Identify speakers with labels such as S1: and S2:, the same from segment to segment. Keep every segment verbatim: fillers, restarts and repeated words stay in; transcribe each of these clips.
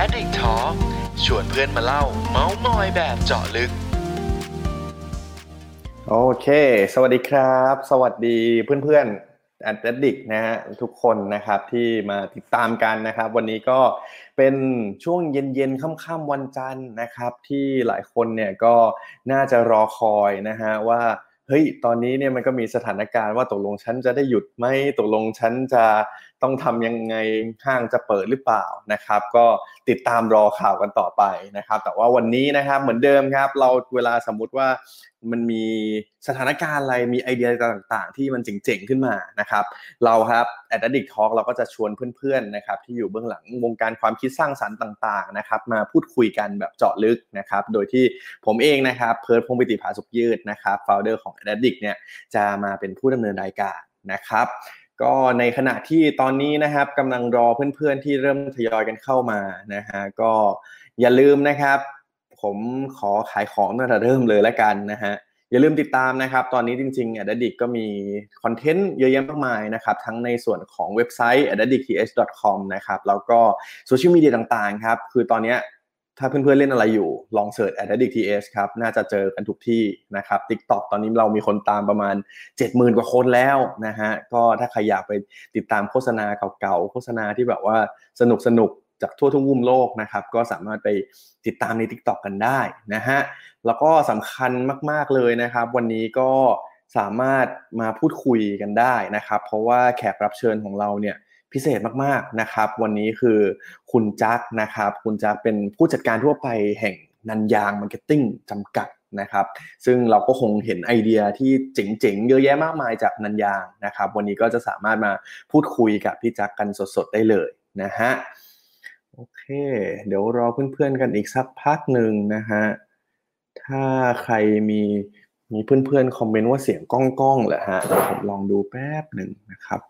S1: Addict Talk ชวนเพื่อนมาเล่าเม้าท์มอยแบบเจาะลึกโอเคสวัสดีครับสวัสดีเพื่อนๆ Addict นะฮะทุกคนนะครับที่มาติดตามกันนะครับวันนี้ก็เป็นช่วงเย็นๆค่ำๆวันจันทร์นะครับที่หลายคนเนี่ยก็น่าจะรอคอยนะฮะว่าเฮ้ยตอนนี้เนี่ยมันก็มีสถานการณ์ว่าตกลงฉันจะได้หยุดไหมตกลงฉันจะต้องทำยังไงห้างจะเปิดหรือเปล่านะครับก็ติดตามรอข่าวกันต่อไปนะครับแต่ว่าวันนี้นะครับเหมือนเดิมครับเราเวลาสมมุติว่ามันมีสถานการณ์อะไรมีไอเดียต่างๆที่มันเจ๋งๆขึ้นมานะครับเราครับ Addict Talk เราก็จะชวนเพื่อนๆนะครับที่อยู่เบื้องหลังวงการความคิดสร้างสรรค์ต่างๆนะครับมาพูดคุยกันแบบเจาะลึกนะครับโดยที่ผมเองนะครับเพิร์ทพงษ์ปิติผาสุขยืดนะครับ founder ของ Addict เนี่ยจะมาเป็นผู้ดำเนินรายการนะครับก็ในขณะที่ตอนนี้นะครับกำลังรอเพื่อนๆที่เริ่มทยอยกันเข้ามานะฮะก็อย่าลืมนะครับผมขอขายของตั้งแต่เริ่มเลยแล้วกันนะฮะอย่าลืมติดตามนะครับตอนนี้จริงๆ Addict ก็มีคอนเทนต์เยอะแยะมากมายนะครับทั้งในส่วนของเว็บไซต์ แอดดิกต์ ที เอช ดอท คอม นะครับแล้วก็โซเชียลมีเดียต่างๆครับคือตอนนี้ถ้าเพื่อนๆเล่นอะไรอยู่ลองเสิร์ช แอดดิกต์ ที เอช ครับน่าจะเจอกันทุกที่นะครับ TikTok ตอนนี้เรามีคนตามประมาณ เจ็ดหมื่น กว่าคนแล้วนะฮะก็ถ้าใครอยากไปติดตามโฆษณาเก่าๆโฆษณาที่แบบว่าสนุกๆจากทั่วทุกมุมโลกนะครับก็สามารถไปติดตามใน TikTok กันได้นะฮะแล้วก็สำคัญมากๆเลยนะครับวันนี้ก็สามารถมาพูดคุยกันได้นะครับเพราะว่าแขกรับเชิญของเราเนี่ยพิเศษมากๆนะครับวันนี้คือคุณจักรนะครับคุณจักรเป็นผู้จัดการทั่วไปแห่งนันยางมาร์เก็ตติ้งจำกัดนะครับซึ่งเราก็คงเห็นไอเดียที่เจ๋งๆเยอะแยะมากมายจากนันยางนะครับวันนี้ก็จะสามารถมาพูดคุยกับพี่จักรกันสดๆได้เลยนะฮะโอเคเดี๋ยวรอเพื่อนๆกันอีกสักพักหนึ่งนะฮะถ้าใครมีมีเพื่อนๆคอมเมนต์ว่าเสียงก้องๆเหรอฮะเดี๋ยวผมลองดูแป๊บหนึ่งนะครับ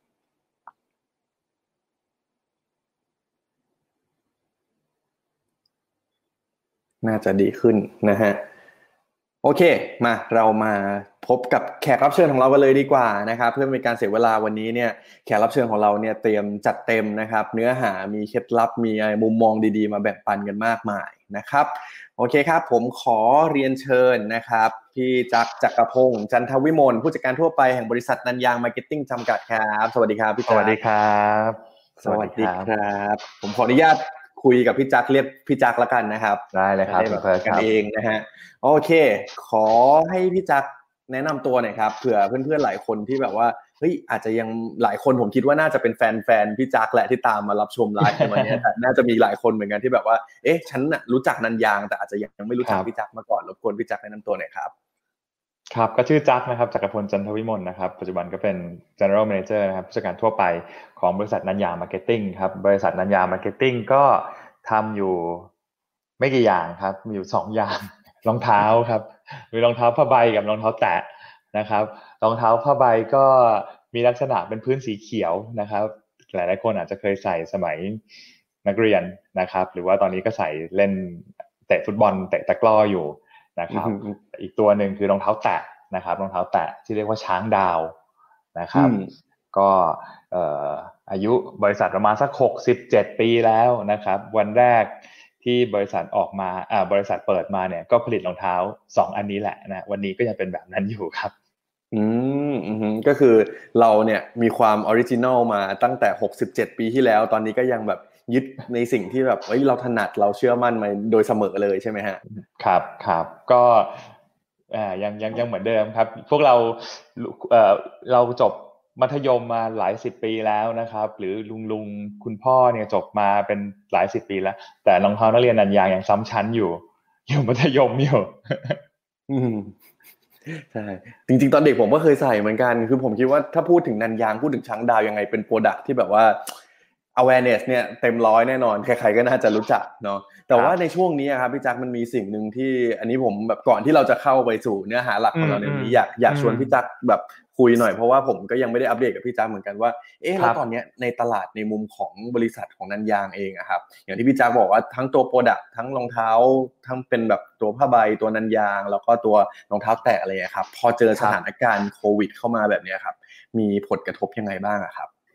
S1: น่าจะดีขึ้นนะฮะโอเคมาเรามาพบกับแขกรับเชิญของเรากันเลยดีกว่านะครับเพื่อไม่เป็นการเสียเวลาวันนี้เนี่ยแขกรับเชิญของเราเนี่ยเตรียมจัดเต็มนะครับเนื้อหามีเคล็ดลับมีมุมมองดีๆมาแบ่งปันกันมากมายนะครับโอเคครับผมขอเรียนเชิญนะครับพี่จักรจักรพงษ์จันทวิมลผู้จัดการทั่วไปแห่งบริษัทนันยางมาร์เก็ตติ้งจำกัดครับสวัสดีครับพี่จักร
S2: สวัสดีครับ
S1: สวัสดีครับผมขออนุญาตคุยกับพี่จักรเรียกพี่จักรละกันนะครับ
S2: ได้เลยครับ
S1: แบบกันเองนะฮะโอเคขอให้พี่จักรแนะนำตัวหน่อยครับเผื่อเพื่อนๆหลายคนที่แบบว่าเฮ้ยอาจจะยังหลายคนผมคิดว่าน่าจะเป็นแฟนๆพี่จักรแหละที่ตามมารับชมไลฟ์ในวันนี้แต่น่าจะมีหลายคนเหมือนกันที่แบบว่าเอ๊ะฉันน่ะรู้จักนันยางแต่อาจจะยังไม่รู้จักพี่จักรมาก่อนรบกวนพี่จักรแนะนำตัวหน่อยครับ
S2: ครับก็ชื่อจักรนะครับจักรพลจันทวิมลนะครับปัจจุบันก็เป็น General Manager นะครับผู้จัดการทั่วไปของบริษัทนันยางมาร์เก็ตติ้งครับบริษัทนันยางมาร์เก็ตติ้งก็ทำอยู่ไม่กี่อย่างครับมีอยู่สองอย่างรองเท้าครับมีรองเท้าผ้าใบกับรองเท้าแตะนะครับรองเท้าผ้าใบก็มีลักษณะเป็นพื้นสีเขียวนะครับหลายๆคนอาจจะเคยใส่สมัยนักเรียนนะครับหรือว่าตอนนี้ก็ใส่เล่นเตะฟุตบอลเตะตะกร้ออยู่นะครับอีกตัวหนึ่งคือรองเท้าแตะนะครับรองเท้าแตะที่เรียกว่าช้างดาวนะครับก็เอ่ออายุบริษัทประมาณสักหกสิบเจ็ดปีแล้วนะครับวันแรกที่บริษัทออกมาอ่าบริษัทเปิดมาเนี่ยก็ผลิตรองเท้าสองอันนี้แหละนะวันนี้ก็ยังเป็นแบบนั้นอยู่ครับ
S1: อืมอืมก็คือเราเนี่ยมีความออริจินอลมาตั้งแต่หกสิบเจ็ดปีที่แล้วตอนนี้ก็ยังแบบยึดในสิ่งที่แบบเอ้ยเราถนัดเราเชื่อมั่นมาโดยเสมอเลยใช่ไหมฮะ
S2: ครับครับก็อ่ายังยังยังเหมือนเดิมครับพวกเราเอ่อเราจบมัธยมมาหลายสิบปีแล้วนะครับหรือลุงลุงคุณพ่อเนี่ยจบมาเป็นหลายสิบปีแล้วแต่รองเท้านักเรียนนันยางยังซ้ำชั้นอยู่อยู่มัธยมอยู่
S1: อืมใช่จริงๆตอนเด็กผมก็เคยใส่เหมือนกันคือผมคิดว่าถ้าพูดถึงนันยางพูดถึงช้างดาวยังไงเป็นโปรดักที่แบบว่า awareness เนี่ยเต็มร้อยแน่นอนใครๆก็น่าจะรู้จักเนาะแต่ว่าในช่วงนี้ครับพี่จักรมันมีสิ่งหนึ่งที่อันนี้ผมแบบก่อนที่เราจะเข้าไปสู่เนื้อหาหลักของเราในวันนี้อยากอยากชวนพี่จักรแบบคุยหน่อยเพราะว่าผมก็ยังไม่ได้อัปเดตกับพี่จักรเหมือนกันว่าเอ๊ะแล้วตอนนี้ในตลาดในมุมของบริษัทของนันยางเองอะครับอย่างที่พี่จักรบอกว่าทั้งตัวโปรดักทั้งรองเท้าทั้งเป็นแบบตัวผ้าใบตัวนันยางแล้วก็ตัวรองเท้าแตะอะไรอย่างเงี้ยครับพอเจอสถานการณ์โควิดเข้ามาแบบนี้ครับมีผลกระทบยังไงบ้างอะครับ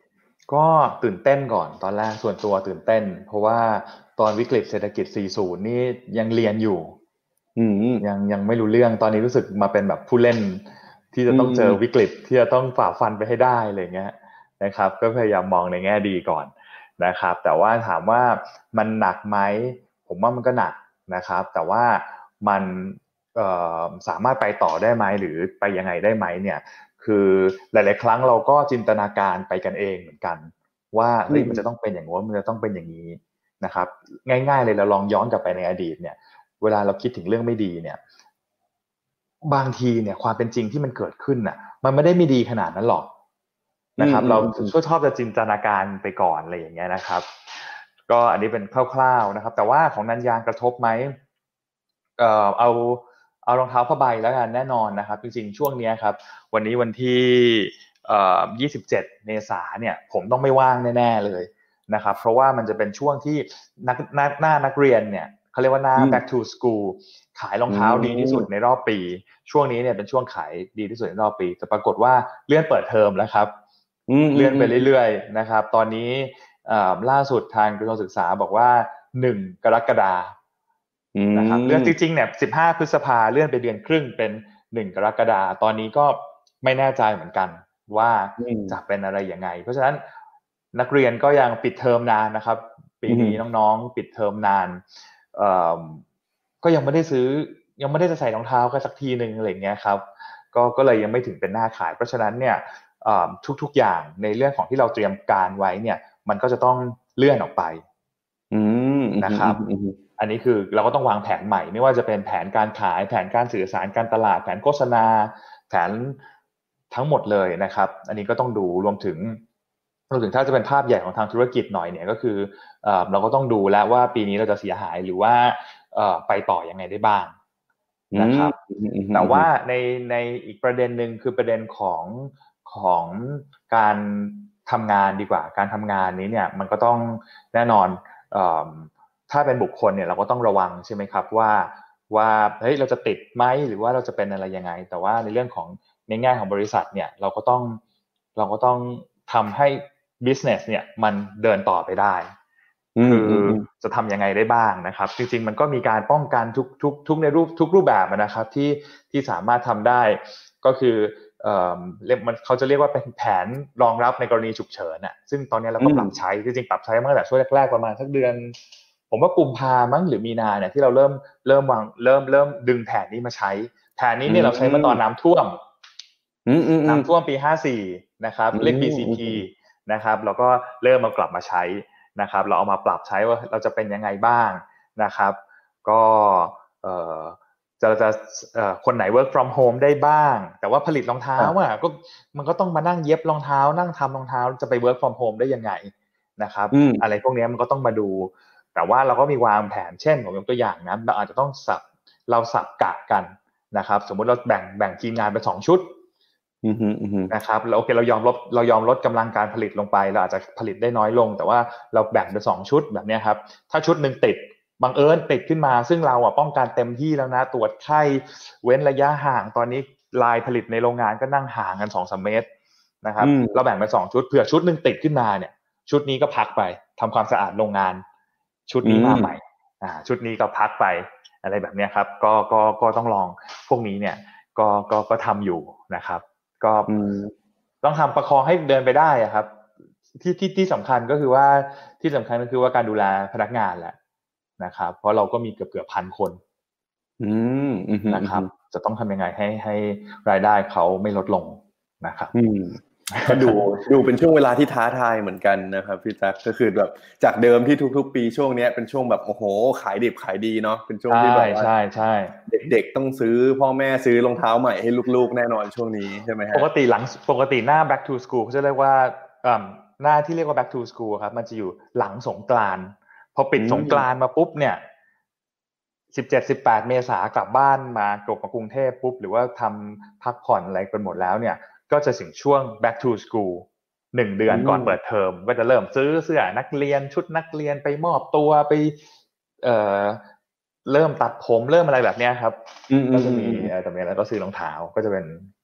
S2: ก็ตื่นเต้นก่อนตอนแรกส่วนตัวตื่นเต้นเพราะว่าตอนวิกฤตเศรษฐกิจ สี่สิบ นี่ยังเรียนอยู่
S1: อืม
S2: ยังยังไม่รู้เรื่องตอนนี้รู้สึกมาเป็นแบบผู้เล่นที่จะ
S1: อื
S2: ต้องเจอวิ
S1: ม
S2: กฤตที่จะต้องฝ่าฟันไปให้ได้อะไรเงี้ยนะครับก็พยายามมองในแง่ดีก่อนนะครับแต่ว่าถามว่ามันหนักไหมผมว่ามันก็หนักนะครับแต่ว่ามันเอ่อสามารถไปต่อได้ไหมหรือไปยังไงได้ไหมเนี่ยคือหลายๆครั้งเราก็จินตนาการไปกันเองเหมือนกันว่า
S1: อื
S2: เฮ้ยมันจะต้อง
S1: ม
S2: เป็นอย่างงี้มันจะต้องเป็นอย่างนี้นะครับง่ายๆเลยเราลองย้อนกลับไปในอดีตเนี่ยเวลาเราคิดถึงเรื่องไม่ดีเนี่ยบางทีเนี่ยความเป็นจริงที่มันเกิดขึ้นน่ะมันไม่ได้ไม่ดีขนาดนั้นหรอกนะครับเรา
S1: อืมอืมอืม
S2: ชอบชอบจะจินตนาการไปก่อนอะไรอย่างเงี้ยนะครับก็อันนี้เป็นคร่าวๆนะครับแต่ว่าของนันยางกระทบไหมเอ่อเอาเอารองเท้าผ้าใบแล้วกันแน่นอนนะครับจริงๆช่วงนี้ครับวันนี้วันที่เอ่อยี่สิบเจ็ดเมษาเนี่ยผมต้องไม่ว่างแน่ๆเลยนะครับเพราะว่ามันจะเป็นช่วงที่นักหน้าหน้านักเรียนเนี่ยเขาเรียกว่าหน้า
S1: อืม
S2: back to school ขายรอง
S1: อื
S2: เท้าดีที่สุดใน
S1: ม
S2: รอบปีช่วงนี้เนี่ยเป็นช่วงขายดีที่สุดในรอบปีแต่ปรากฏว่าเลื่อนเปิดเทอมแล้วครับ
S1: อืมอื
S2: เลื่อนไป
S1: มอืม
S2: เรื่อยๆนะครับตอนนี้ล่าสุดทางกระทรวงศึกษาบอกว่าหนึ่งกรกฎา
S1: อื
S2: นะครับเลื่อนจริงๆ
S1: ม
S2: เนี่ยสิบห้าพฤษภาเลื่อนไปเดือนครึ่งเป็นหนึ่งกรกฎาตอนนี้ก็ไม่แน่ใจเหมือนกันว่า
S1: อืม
S2: จะเป็นอะไรยังไงเพราะฉะนั้นนักเรียนก็ยังปิดเทอมนานนะครับปี
S1: อื
S2: นี้
S1: ม
S2: น้องๆปิดเทอมนานก็ยังไม่ได้ซื้อยังไม่ได้จะใส่รองเท้ากันสักทีหนึ่งอะไรเงี้ยครับก็ก็เลยยังไม่ถึงเป็นหน้าขายเพราะฉะนั้นเนี่ยทุกๆอย่างในเรื่องของที่เราเตรียมการไว้เนี่ยมันก็จะต้องเลื่อนออกไป
S1: อืมอืม
S2: นะครับ
S1: อืม
S2: อันนี้คือเราก็ต้องวางแผนใหม่ไม่ว่าจะเป็นแผนการขายแผนการสื่อสารการตลาดแผนโฆษณาแผนทั้งหมดเลยนะครับอันนี้ก็ต้องดูรวมถึงรวมถึงถ้าจะเป็นภาพใหญ่ของทางธุรกิจหน่อยเนี่ยก็คือเอ่อเราก็ต้องดูแล้วว่าปีนี้เราจะเสียหายหรือว่าเอ่อไปต่อยังไงได้บ้าง
S1: อืม
S2: นะครับ
S1: อืมอืม
S2: แต่ว่า
S1: อืม
S2: ในในอีกประเด็นหนึ่งคือประเด็นของของการทำงานดีกว่าการทำงานนี้เนี่ยมันก็ต้องแน่นอนเอ่อถ้าเป็นบุคคลเนี่ยเราก็ต้องระวังใช่ไหมครับว่าว่าเฮ้ยเราจะติดไหมหรือว่าเราจะเป็นอะไรยังไงแต่ว่าในเรื่องของในแง่ของบริษัทเนี่ยเราก็ต้องเราก็ต้องทำให้ business เนี่ยมันเดินต่อไปได้
S1: อืม
S2: คือ
S1: อืมอืม
S2: จะทำยังไงได้บ้างนะครับจริงๆมันก็มีการป้องกันทุกทุกทุกในรูปทุกรูปแบบนะครับที่ที่สามารถทำได้ก็คือเอ่อเรียกมันเขาจะเรียกว่าเป็นแผนรองรับในกรณีฉุกเฉินน่ะซึ่งตอนนี้เรา
S1: อืม
S2: ก็ปรับใช้จริงๆปรับใช้มาตั้งแต่ช่วงแรกๆประมาณสักเดือนผมว่ากุมภามั้งหรือมีนาเนี่ยที่เราเริ่มเริ่มวางเริ่มเริ่มดึงแผนนี้มาใช้แผนนี้
S1: อื
S2: เนี่ยเราใช้เมื่อตอน
S1: ม
S2: น้ำท่วม
S1: อืมอืมอืม
S2: น้ำท่วมปีห้าสี่นะครับ
S1: อื
S2: เรียก
S1: ม
S2: บี ซี พี
S1: อืม
S2: นะครับแล้วก็เริ่มมากลับมาใช้นะครับเราเอามาปรับใช้ว่าเราจะเป็นยังไงบ้างนะครับก็เอ่อจะจะเอ่อคนไหน work from home ได้บ้างแต่ว่าผลิตรองเท้า
S1: ครับ
S2: อ่ะก็มันก็ต้องมานั่งเย็บรองเท้านั่งทำรองเท้าจะไป work from home ได้ยังไงนะครับ
S1: อืม
S2: อะไรพวกนี้มันก็ต้องมาดูแต่ว่าเราก็มีวางแผนเช่นผมยกตัวอย่างนะเราอาจจะต้องสับเราสับกะกันนะครับสมมุติเราแบ่งแบ่งทีมงานเป็นสองชุด
S1: อืมอืมอืม
S2: นะครับแล้วโอเคเรายอมลดเรายอมลดกำลังการผลิตลงไปเราอาจจะผลิตได้น้อยลงแต่ว่าเราแบ่งเป็นสองชุดแบบนี้ครับถ้าชุดหนึ่งติดบังเอิญติดขึ้นมาซึ่งเราอ่ะป้องกันเต็มที่แล้วนะตรวจไข้เว้นระยะห่างตอนนี้ลายผลิตในโรงงานก็นั่งห่างกันสองสามเมตรนะครับ
S1: อืม
S2: เราแบ่งเป็นสองชุดเผื่อชุดหนึ่งติดขึ้นมาเนี่ยชุดนี้ก็พักไปทำความสะอาดโรงงานชุด
S1: อืม
S2: นี้มาใหม่อ่าชุดนี้ก็พักไปอะไรแบบนี้ครับก็ก็ก็ต้องลองพวกนี้เนี่ยก็ก็ก็ทำอยู่นะครับ ก็
S1: อืม
S2: ต้องทำประคองให้เดินไปได้อะครับที่ที่ที่สำคัญก็คือว่าที่สำคัญก็คือว่าการดูแลพนักงานแหละนะครับเพราะเราก็มีเกือบเกือบพันคน
S1: อืมอืมอืม
S2: นะครับ
S1: อืม
S2: จะต้องทำยังไงให้ให้รายได้เขาไม่ลดลงนะครับ
S1: อืมก็ดูดูเป็นช่วงเวลาที่ท้าทายเหมือนกันนะครับพี่ตั๊กก็คือแบบจากเดิมที่ทุกๆปีช่วงเนี้ยเป็นช่วงแบบโอ้โหขายดิบขายดีเนาะเป็นช่วง
S2: ใช่
S1: ที่แบบว่า
S2: ใช่ใช่
S1: เด็กๆต้องซื้อพ่อแม่ซื้อรองเท้าใหม่ให้ลูกๆแน่นอนช่วงนี้ใช่ไหมฮะ
S2: ปกติหลังปกติหน้า back to school เขาจะเรียกว่าเอ่อหน้าที่เรียกว่า back to school ครับมันจะอยู่หลังสงกรานต์พอปิ
S1: อื
S2: ดสงกราน
S1: ม
S2: ต์มาปุ๊บเนี่ย สิบเจ็ดสิบแปดเมษากลับบ้านมากลับมากรุงเทพปุ๊บหรือว่าทำพักผ่อนอะไรกันหมดแล้วเนี่ยก็จะถึงช่วง back to school หนึ่งเดื
S1: อื
S2: อนก่อนเปิด
S1: ม
S2: เทอมก็จะเริ่มซื้อเสื้อนักเรียนชุดนักเรียนไปมอบตัวไปเอ่อเริ่มตัดผมเริ่มอะไรแบบเนี้ยครับ
S1: อืมอื
S2: ก็จะมี
S1: มอืมอืม
S2: อะไรแบบนี้แล้วก็ซื้อรองเท้าก็จะเป็น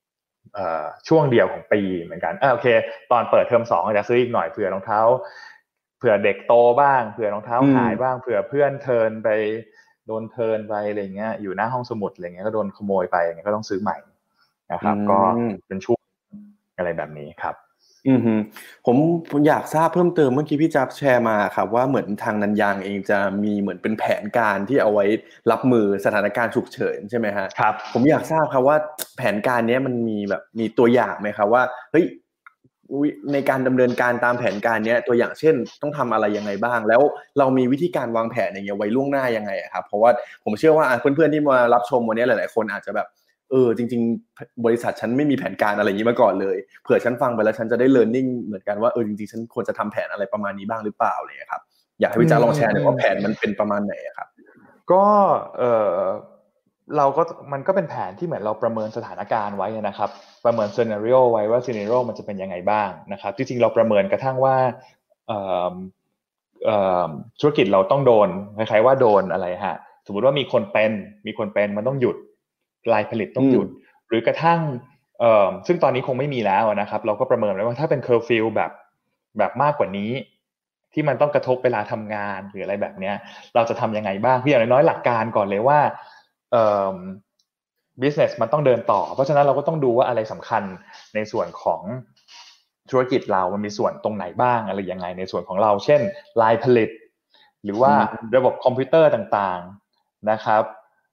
S2: เอ่อช่วงเดียวของปีเหมือนกันอ่าโอเคตอนเปิดเทอมสองอาจจะซื้ออีกหน่อยเผื่อรองเท้าเผื่อเด็กโตบ้างเผื่อรองเท้าหายบ้างเผื่อเพื่อนเทิร์นไปโดนเทิร์นไปอะไรเงี้ยอยู่หน้าห้องสมุดอะไรเงี้ยก็โดนขโมยไปอย่างเงี้ยก็ต้องซื้อใหม่นะครับก็เป็นช่วงอะไรแบบนี้ครับ
S1: อือฮึผมอยากทราบเพิ่มเติมเมื่อกี้พี่จับแชร์มาครับว่าเหมือนทางนันยางเองจะมีเหมือนเป็นแผนการที่เอาไว้รับมือสถานการณ์ฉุกเฉินใช่ไหมฮะ
S2: ครับ
S1: ผมอยากทราบครับว่าแผนการนี้มันมีแบบมีตัวอย่างไหมครับว่าเฮ้ยในการดำเนินการตามแผนการนี้ตัวอย่างเช่นต้องทำอะไรยังไงบ้างแล้วเรามีวิธีการวางแผนอย่างเงี้ยไว้ล่วงหน้ายังไงครับเพราะว่าผมเชื่อว่าเพื่อนๆที่มารับชมวันนี้หลายๆคนอาจจะแบบเออจริงๆบริษัทฉันไม่มีแผนการอะไรอย่างนี้มาก่อนเลยเผื่อฉันฟังไปแล้วฉันจะได้ learning เหมือนกันว่าเออจริงๆฉันควรจะทำแผนอะไรประมาณนี้บ้างหรือเปล่าอะไรอย่างเลยครับอยากให้พี่จ๊าลองแชร์หน่อยว่าแผนมันเป็นประมาณไหนครับ
S2: ก็เออเราก็มันก็เป็นแผนที่เหมือนเราประเมินสถานการณ์ไว้นะครับประเมินซีนาริโอไว้ว่าซีนาริโอมันจะเป็นยังไงบ้างนะครับจริงๆเราประเมินกระทั่งว่าเอ่อเอ่อธุรกิจเราต้องโดนคล้ายๆว่าโดนอะไรฮะสมมุติว่ามีคนเป็นมีคนเป็นมันต้องหยุดรายผลิตต้องหยุดหรือกระทั่งเอ่อซึ่งตอนนี้คงไม่มีแล้วนะครับเราก็ประเมินไว้ว่าถ้าเป็นเคอร์ฟิวแบบแบบมากกว่านี้ที่มันต้องกระทบเวลาทำงานหรืออะไรแบบนี้เราจะทำยังไงบ้างพี่อย่างน้อยๆหลักการก่อนเลยว่าเอ่อ business มันต้องเดินต่อเพราะฉะนั้นเราก็ต้องดูว่าอะไรสำคัญในส่วนของธุรกิจเรามันมีส่วนตรงไหนบ้างอะไรยังไงในส่วนของเราเช่นลายผลิตหรือว่าระบบคอมพิวเตอร์ต่างๆนะครับ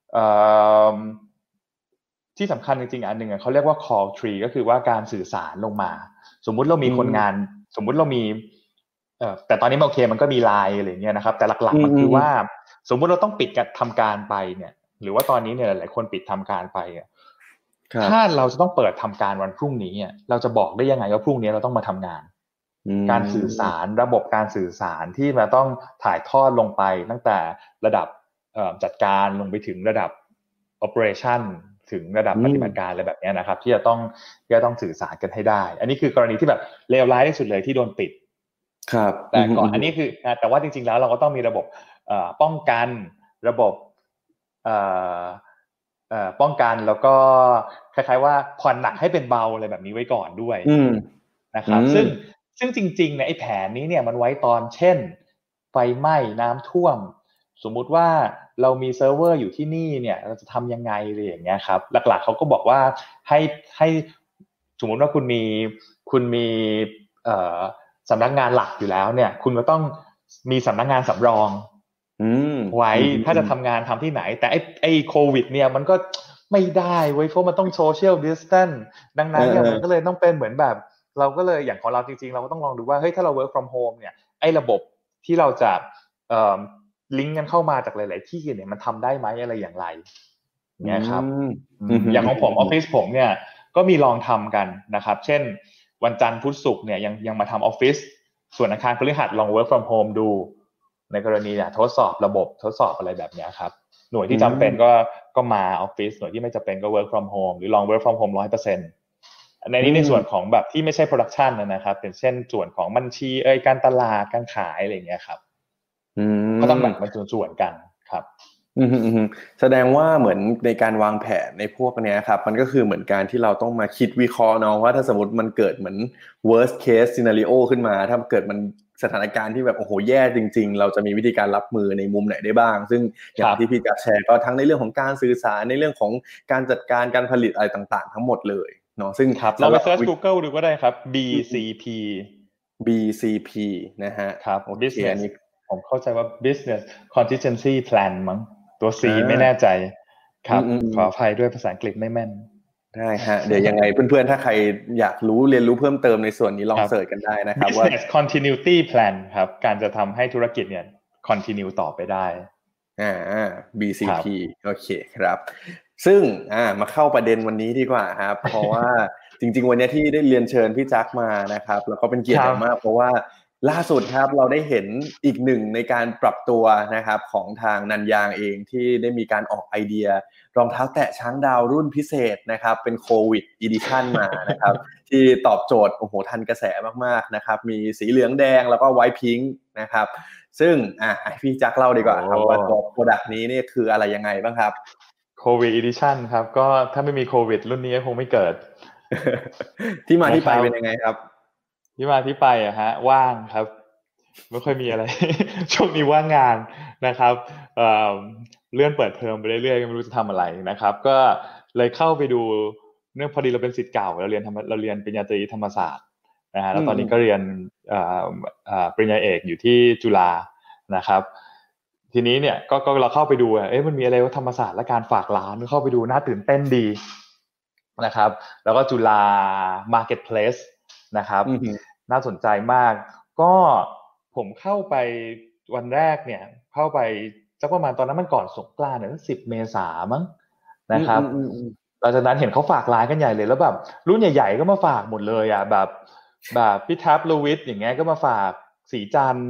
S2: ที่สำคัญจริงๆอันหนึ่งเขาเรียกว่า call tree ก็คือว่าการสื่อสารลงมาสมมุติเรามีคนงานสมมุติเรามีเอ่อแต่ตอนนี้โอเคมันก็มีไลน์อะไรเงี้ยนะครับแต่หลักๆมันคือว่าสมมุติเราต้องปิดการทำการไปเนี่ยหรือว่าตอนนี้เนี่ยหลายๆคนปิดทำการไปถ้าเราจะต้องเปิดทำการวันพรุ่งนี้เราจะบอกได้ยังไงว่าพรุ่งนี้เราต้องมาทำงานการสื่อสารระบบการสื่อสารที่มาต้องถ่ายทอดลงไปตั้งแต่ระดับจัดการลงไปถึงระดับ operation ถึงระดับปฏิบัติการอะไรแบบนี้นะครับที่จะต้องที่จะต้องสื่อสารกันให้ได้อันนี้คือกรณีที่แบบเลวร้ายที่สุดเลยที่โดนปิด
S1: ครับ
S2: แต่ก่อนอันนี้คือแต่ว่าจริงๆแล้วเราก็ต้องมีระบบป้องกันระบบป้องกันแล้วก็คล้ายๆว่าผ่อนหนักให้เป็นเบาอะไรแบบนี้ไว้ก่อนด้วยนะครับซึ่งซึ่งจริงๆเนี่ยไอ้แผนนี้เนี่ยมันไว้ตอนเช่นไฟไหม้น้ำท่วมสมมุติว่าเรามีเซิร์ฟเวอร์อยู่ที่นี่เนี่ยเราจะทำยังไงอะไรอย่างเงี้ยครับหลักๆเขาก็บอกว่าให้ให้สมมุติว่าคุณมีคุณมีเอ่อสำนักงานหลักอยู่แล้วเนี่ยคุณก็ต้องมีสำนักงานสำรองไว้ถ้าจะทำงานทำที่ไหนแต่ไอ้ไอ้โควิดเนี่ยมันก็ไม่ได้เว้ยเพราะมันต้องโซเชียลดิสแทนซ์ดังนั้นเนี่ยมันก็เลยต้องเป็นเหมือนแบบเราก็เลยอย่างของเราจริงๆเราก็ต้องลองดูว่าเฮ้ยถ้าเรา work from home เนี่ยไอ้ระบบที่เราจะเอ่อลิงก์กันเข้ามาจากหลายๆที่เนี่ยมันทำได้ไหมอะไรอย่างไรเนี่ยครับอย่างของผมออฟฟิศผมเนี่ยก็มีลองทำกันนะครับเช่นวันจันทร์พุธศุกร์เนี่ยยังยังมาทำออฟฟิศส่วนอังคารพฤหัสลอง work from home ดูในกรณีเนี่ยทดสอบระบบทดสอบอะไรแบบนี้ครับหน่วยที่จำเป็นก็ก็มาออฟฟิศหน่วยที่ไม่จำเป็นก็ work from home หรือลอง work from home ร้อยเปอร์เซ็นต์ในนี้ในส่วนของแบบที่ไม่ใช่ production นะครับเป็นเช่นส่วนของบัญชีเอ่ยการตลาดการขายอะไรอย่างเงี้ยครับก็ต้องแบ่งเป็นส่วนๆกันครับ
S1: อืมอืมแสดงว่าเหมือนในการวางแผนในพวกเนี้ยครับมันก็คือเหมือนการที่เราต้องมาคิดวิเคราะห์เนาะว่าถ้าสมมติมันเกิดเหมือน worst case scenario ขึ้นมาถ้าเกิดมันสถานการณ์ที่แบบโอ้โหแย่จริงๆเราจะมีวิธีการรับมือในมุมไหนได้บ้างซึ่งอย่างที่พี่จะแชร์ก็ทั้งในเรื่องของการสื่อสารในเรื่องของการจัดการการผลิตอะไรต่างๆทั้งหมดเลยเนาะซึ่ง
S2: เราไปเซิร์ช Google ดูก็ได้ครับ บี ซี พี
S1: บี ซี พี นะฮะ
S2: ครับ business ผมเข้าใจว่า business contingency plan มั้งตัว C ไม่แน่ใจครับขออภัยด้วยภาษาอังกฤษไม่แม่น
S1: ได้ฮะเดี๋ยวยังไงเพื่อนๆถ้าใครอยากรู้เรียนรู้เพิ่มเติมในส่วนนี้ลองเสิร์ชกันได้นะครับว่า
S2: business continuity plan ครับการจะทำให้ธุรกิจเนี่ย continue ต่อไปได้
S1: อ่า บี ซี พี โอเคครับซึ่งอ่ามาเข้าประเด็นวันนี้ดีกว่าครับเพราะว่าจริงๆวันนี้ที่ได้เรียนเชิญพี่จักมานะครับแล้วก็เป็นเกียรติอย่างมากเพราะว่าล่าสุดครับเราได้เห็นอีกหนึ่งในการปรับตัวนะครับของทางนันยางเองที่ได้มีการออกไอเดียรองเท้าแตะช้างดาวรุ่นพิเศษนะครับเป็นโควิดอีดิชั่นมานะครับที่ตอบโจทย์โอ้โหทันกระแสมากๆนะครับมีสีเหลืองแดงแล้วก็ไวท์พิงค์นะครับซึ่งอ่ะพี่จักเล่าดีกว่าครับว่าตัวโปรดักต์นี้นี่คืออะไรยังไงบ้างครับ
S2: โควิดอีดิชั่นครับก็ถ้าไม่มีโควิดรุ่นนี้คงไม่เกิด
S1: ที่มาที่ไปเป็นยังไงครับ
S2: ที่มาที่ไปอะฮะว่างครับไม่ค่อยมีอะไร ช่วงนี้ว่างงานนะครับเอ่อเลื่อนเปิดเทอมไปเรื่อยๆก็ไม่รู้จะทำอะไรนะครับก็เลยเข้าไปดูเนื่องพอดีเราเป็นศิษย์เก่าเราเรียนธรรมเราเรียนปริญญาตรีธรรมศาสตร์นะฮะแล้วตอนนี้ก็เรียนเอ่อเอ่อปริญญาเอกอยู่ที่จุฬานะครับทีนี้เนี่ยก็ก็เราเข้าไปดูเอ๊ะมันมีอะไรว่าธรรมศาสตร์และการฝากร้านเข้าไปดูน่าตื่นเต้นดีนะครับแล้วก็จุฬา Marketplace นะครับน่าสนใจมากก็ผมเข้าไปวันแรกเนี่ยเข้าไปสักประมาณตอนนั้นมันก่อนสงกรานต์เนี่ยสิบเมษายนมั้งนะครับหลังจากนั้นเห็นเขาฝากร้านกันใหญ่เลยแล้วแบบรุ่นใหญ่ๆก็มาฝากหมดเลยอ่ะแบบแบบพี่ทับโลวิสอย่างเงี้ยก็มาฝากสีจันทร์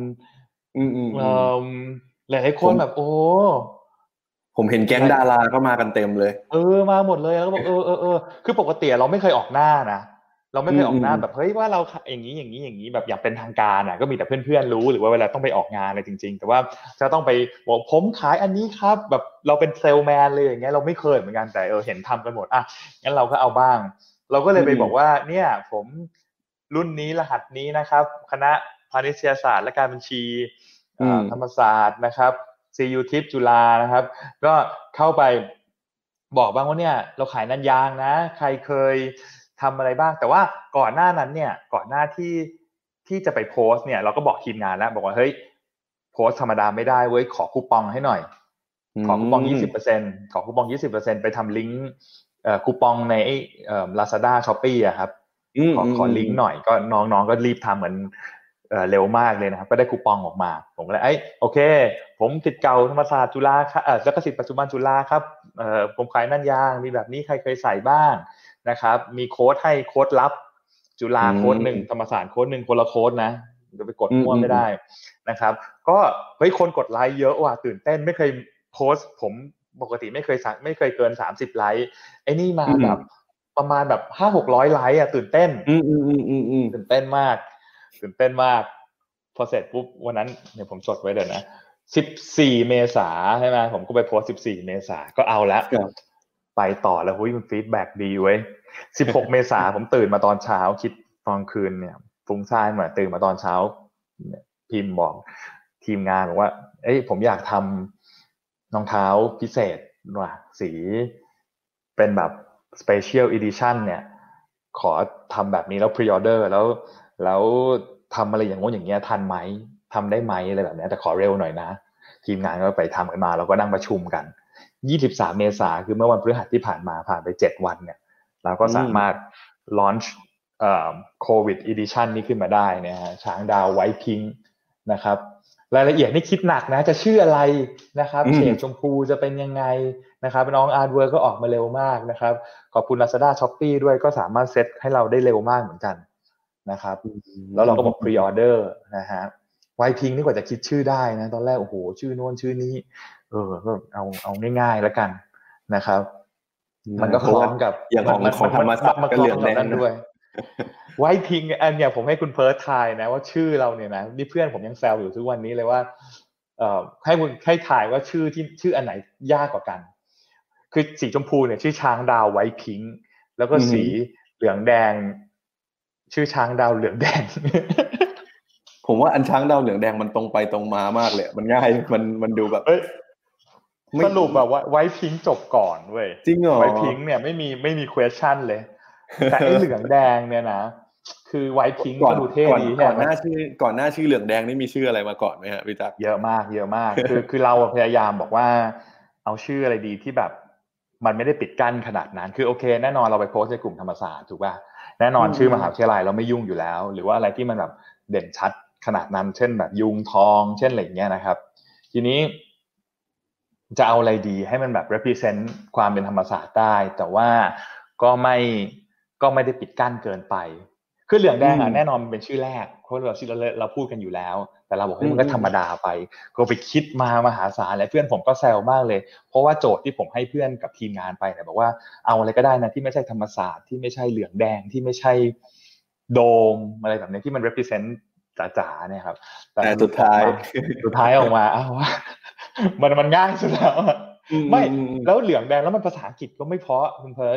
S2: หลายๆคนแบบโอ้
S1: ผมเห็นแก๊งดาราก็มากันเต็มเลย
S2: เออมาหมดเลยแล้วก็บอกเออเออเออคือปกติเราไม่เคยออกหน้านะเราไม่เคยออกหน้าแบบเฮ้ยว่าเราอย่างนี้อย่างนี้อย่างนี้แบบอย่างเป็นทางการอ่ะก็มีแต่เพื่อนๆรู้หรือว่าเวลาต้องไปออกงานอะไรจริงๆแต่ว่าจะต้องไปบอกผมขายอันนี้ครับแบบเราเป็นเซลแมนเลยอย่างเงี้ยเราไม่เคยเหมือนกันแต่เออเห็นทำกันหมดอ่ะงั้นเราก็เอาบ้างเราก็เลยไปบอกว่าเนี่ยผมรุ่นนี้รหัสนี้นะครับคณะพาณิชยศาสตร์และการบัญชีธรรมศาสตร์นะครับซี ยู ทิปจุฬานะครับก็เข้าไปบอกบ้างว่าเนี่ยเราขายนันยางนะใครเคยทำอะไรบ้างแต่ว่าก่อนหน้านั้นเนี่ยก่อนหน้าที่ที่จะไปโพสเนี่ยเราก็บอกทีมงานแล้วบอกว่าเฮ้ยโพสธรรมดาไม่ได้เว้ยขอคูปองให้หน่อยขอคูปอง ยี่สิบเปอร์เซ็นต์ ขอคูปอง ยี่สิบเปอร์เซ็นต์ ไปทำลิงก์เอ่อคูปองในเอ่อ Lazada Shopee อ่ะครับขอขอลิงก์หน่อยก็น้องๆก็รีบทำเหมือนเอ่อเร็วมากเลยนะครับก็ได้คูปองออกมาผมก็เลยเอ้ยโอเคผมศิษย์เก่าธรรมศาสตร์จุฬาครับเอ่อแล้วก็ศิษย์ปัจจุบันจุฬาครับเอ่อผมขายนั่นยางมีแบบนี้ใครเคยใส่บ้างนะครับมีโค้ดให้โค้ดลับจุฬาโค้ดหนึ่งธรรมศาสตร์โค้ดหนึ่งคนละโค้ดนะจะไปกดมั่วไม่ได้นะครับก็เฮ้ยคนกดไลค์เยอะว่ะตื่นเต้นไม่เคยโพสต์ผมปกติไม่เคยไม่เคยเกินสามสิบไลค์ไอ้นี่มาแบบประมาณแบบ ห้าหกร้อย ไลค์อ่ะตื่นเต้นตื่นเต้นมากตื่นเต้นมากพอเสร็จปุ๊บวันนั้นเนี่ยผมจดไว้เดี๋ยวนะสิบสี่เมษาใช่ไหมผมก็ไปโพสสิบสี่เมษาก็เอาละไปต่อแล้วหุ้ยมันฟีดแบ็กดีเว้ยสิบหกเมษาผมตื่นมาตอนเช้าคิดตอนคืนเนี่ยฟุ้งซ่านเหมือนตื่นมาตอนเช้าพิมพ์บอกทีมงานบอกว่าเอ้ยผมอยากทำรองเท้าพิเศษว่ะสีเป็นแบบ Special Edition เนี่ยขอทำแบบนี้แล้ว Pre-order แล้วแล้วทำอะไรอย่างงี้อย่างเงี้ยทันไหมทำได้ไหมอะไรแบบนี้แต่ขอเร็วหน่อยนะทีมงานก็ไปทำกันมาแล้วก็นั่งประชุมกันยี่สิบสามเมษายนคือเมื่อวันพฤหัสที่ผ่านมาผ่านไปเจ็ดวันเนี่ยเราก็สามารถ launch เอ่อ COVID edition นี้ขึ้นมาได้นะฮะช้างดาวไวท์พิงค์นะครับรายละเอียดนี่คิดหนักนะจะชื่ออะไรนะครับเฉดชมพูจะเป็นยังไงนะครับน้องอาร์ตเวิร์กก็ออกมาเร็วมากนะครับขอบคุณ Lazada Shopee ด้วยก็สามารถเซตให้เราได้เร็วมากเหมือนกันนะครับแล้วเราก็บอก pre order นะฮะไวท์พิงค์นี่กว่าจะคิดชื่อได้นะตอนแรกโอ้โหชื่อโน้นชื่อนี้เออก็เอาเอาง่ายๆแล้วกันนะครับมันก็คล้องกับ
S1: อย่างของของธรรมศาสตร์ก็เหลืองแดง
S2: ด้วยไวท์พิงค์อันเนี่ยผมให้คุณเพิร์ททายนะว่าชื่อเราเนี่ยนะนี่เพื่อนผมยังแซวอยู่ทุกวันนี้เลยว่าเอ่อให้คุณให้ทายว่าชื่อที่ชื่ออันไหนยากกว่ากันคือสีชมพูเนี่ยชื่อช้างดาวไวท์พิงค์แล้วก็สีเหลืองแดงชื่อช้างดาวเหลืองแดง
S1: ผมว่าอันช้างดาวเหลืองแดงมันตรงไปตรงมามากเลยมันง่ายมันมันดูแบบ
S2: สรุปแบบว่าไวท์พิงค์จบก่อนเว้ย
S1: จริงเหรอ
S2: ไวท์พิงค์เนี่ยไม่มีไม่มี question เลยแต่ไอ้เหลืองแดงเนี่ยนะคือไวท์พิงค์ก็ดูเท่ดี
S1: ก่อนหน้าชื่อก่อนหน้าชื่อเหลืองแดงนี่มีชื่ออะไรมาก่อนไหมฮะพี่จักร
S2: เยอะมากเยอะมากคือคือเราพยายามบอกว่าเอาชื่ออะไรดีที่แบบมันไม่ได้ปิดกั้นขนาดนั้นคือโอเคแน่นอนเราไปโพสในกลุ่มธรรมศาสตร์ถูกป่ะแน่นอนชื่อมหาวิทยาลัยเราไม่ยุ่งอยู่แล้วหรือว่าอะไรที่มันแบบเด่นชัดขนาดนั้นเช่นแบบยุงทองเช่นอะไรอย่างเงี้ยนะครับทีนี้จะเอาอะไรดีให้มันแบบ represent ความเป็นธรรมศาสตร์ได้แต่ว่าก็ไม่ก็ไม่ได้ปิดกั้นเกินไปคือเหลืองแดงอ่ะแน่นอนมันเป็นชื่อแรกเพราะเราชื่อเราเราพูดกันอยู่แล้วแต่เราบอกให้มันก็ธรรมดาไปก็ไปคิดมามหาศาลและเพื่อนผมก็แซวมากเลยเพราะว่าโจทย์ที่ผมให้เพื่อนกับทีมงานไปเนี่ยบอกว่าเอาอะไรก็ได้นะที่ไม่ใช่ธรรมศาสตร์ที่ไม่ใช่เหลืองแดงที่ไม่ใช่โดมอะไรแบบนี้ที่มัน represent จ๋าๆเนี่ยครับ
S1: แต่สุดท้าย
S2: สุดท้ายออกมาอ้าวมันมันง่ายสุดแล้วไม่แล้วเหลืองแดงแล้วมันภาษาอังกฤษก็ไม่เพราะคุณเพิร์ท